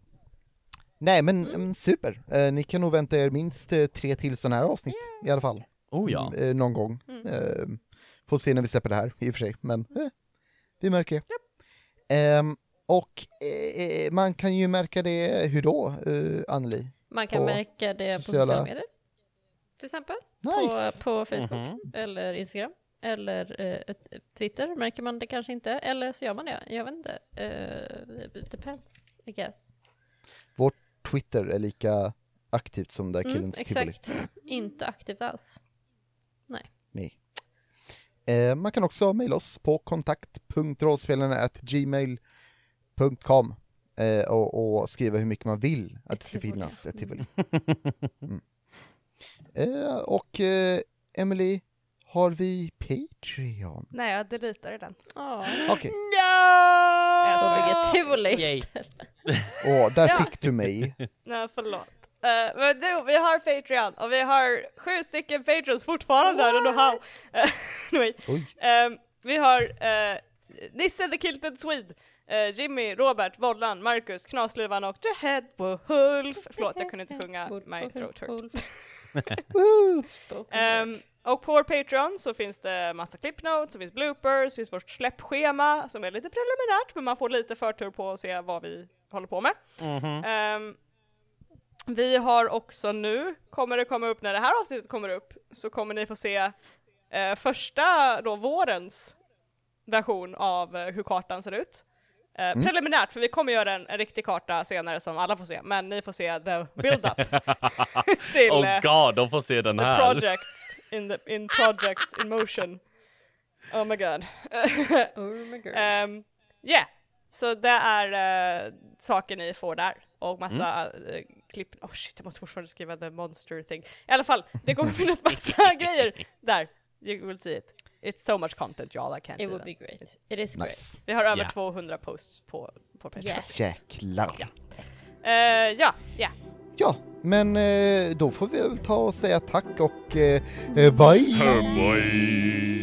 nej men mm, super, Eh, ni kan nog vänta er minst eh, tre till sådana här avsnitt i alla fall. oh ja. Eh, någon gång. Ehm, får se när vi släpper det här i och för sig, men eh, vi märker det. Ehm, och eh, man kan ju märka det, hur då, uh, Anneli? Man kan på märka det på sociala- sociala medier. Till exempel. Nice! På, på Facebook. Mhm. Eller Instagram. Eller eh, ett- Twitter märker man det kanske inte. Eller så gör man det. Jag vet inte. Uh, it depends, I guess. Vårt Twitter är lika aktivt som där Mm, killens tivoli. exakt. Inte aktivt alls. Nej. Eh, man kan också mejla oss på kontakt punkt rollspelarna at gmail punkt com eh, och, och skriva hur mycket man vill att Ett det ska tivoli. finnas ett tivoli. Mm. Eh, och eh, Emily, har vi Patreon? Nej, jag deletade den. Ja. Okej, Jag Då skojar. bygger Tivoli Yay. istället. och där Ja. fick du mig. Nej, förlåt. Uh, men nu, vi har Patreon och vi har sju stycken patrons fortfarande, I don't know how. Uh, anyway. Oj. Um, vi har uh, Nisse the Kilted Swede, uh, Jimmy, Robert, Vollan, Marcus, Knasluvan och The Head Wolf. Förlåt, jag kunde inte sjunga My Throat Hurt. Woo! Spoken Um, och på vår Patreon så finns det massa clipnotes, så finns bloopers, så finns vårt släppschema som är lite preliminärt, men man får lite förtur på att se vad vi håller på med. Mhm. Um, vi har också nu, kommer det komma upp när det här avsnittet kommer upp, så kommer ni få se eh, första då vårens version av eh, hur kartan ser ut. Eh, Preliminärt, för vi kommer göra en, en riktig karta senare som alla får se, men ni får se the build-up till Oh eh, god, de får se den the här. projects in, the, in project in motion. Oh my god. Oh my god. um, yeah, så det är uh, saker ni får där. Och massa Mm. uh, klipp. Oh shit, jag måste fortfarande skriva the monster thing. I alla fall, det kommer finnas massa grejer där. You will see it. It's so much content, y'all. I can't It do would that. be great. It is great. Nice. Vi har över Ja. tvåhundra posts på, på Patreon. Yes. Jäklar. Ja. Uh, ja, ja. Ja, men eh, då får vi väl ta och säga tack och eh, eh, bye! Bye.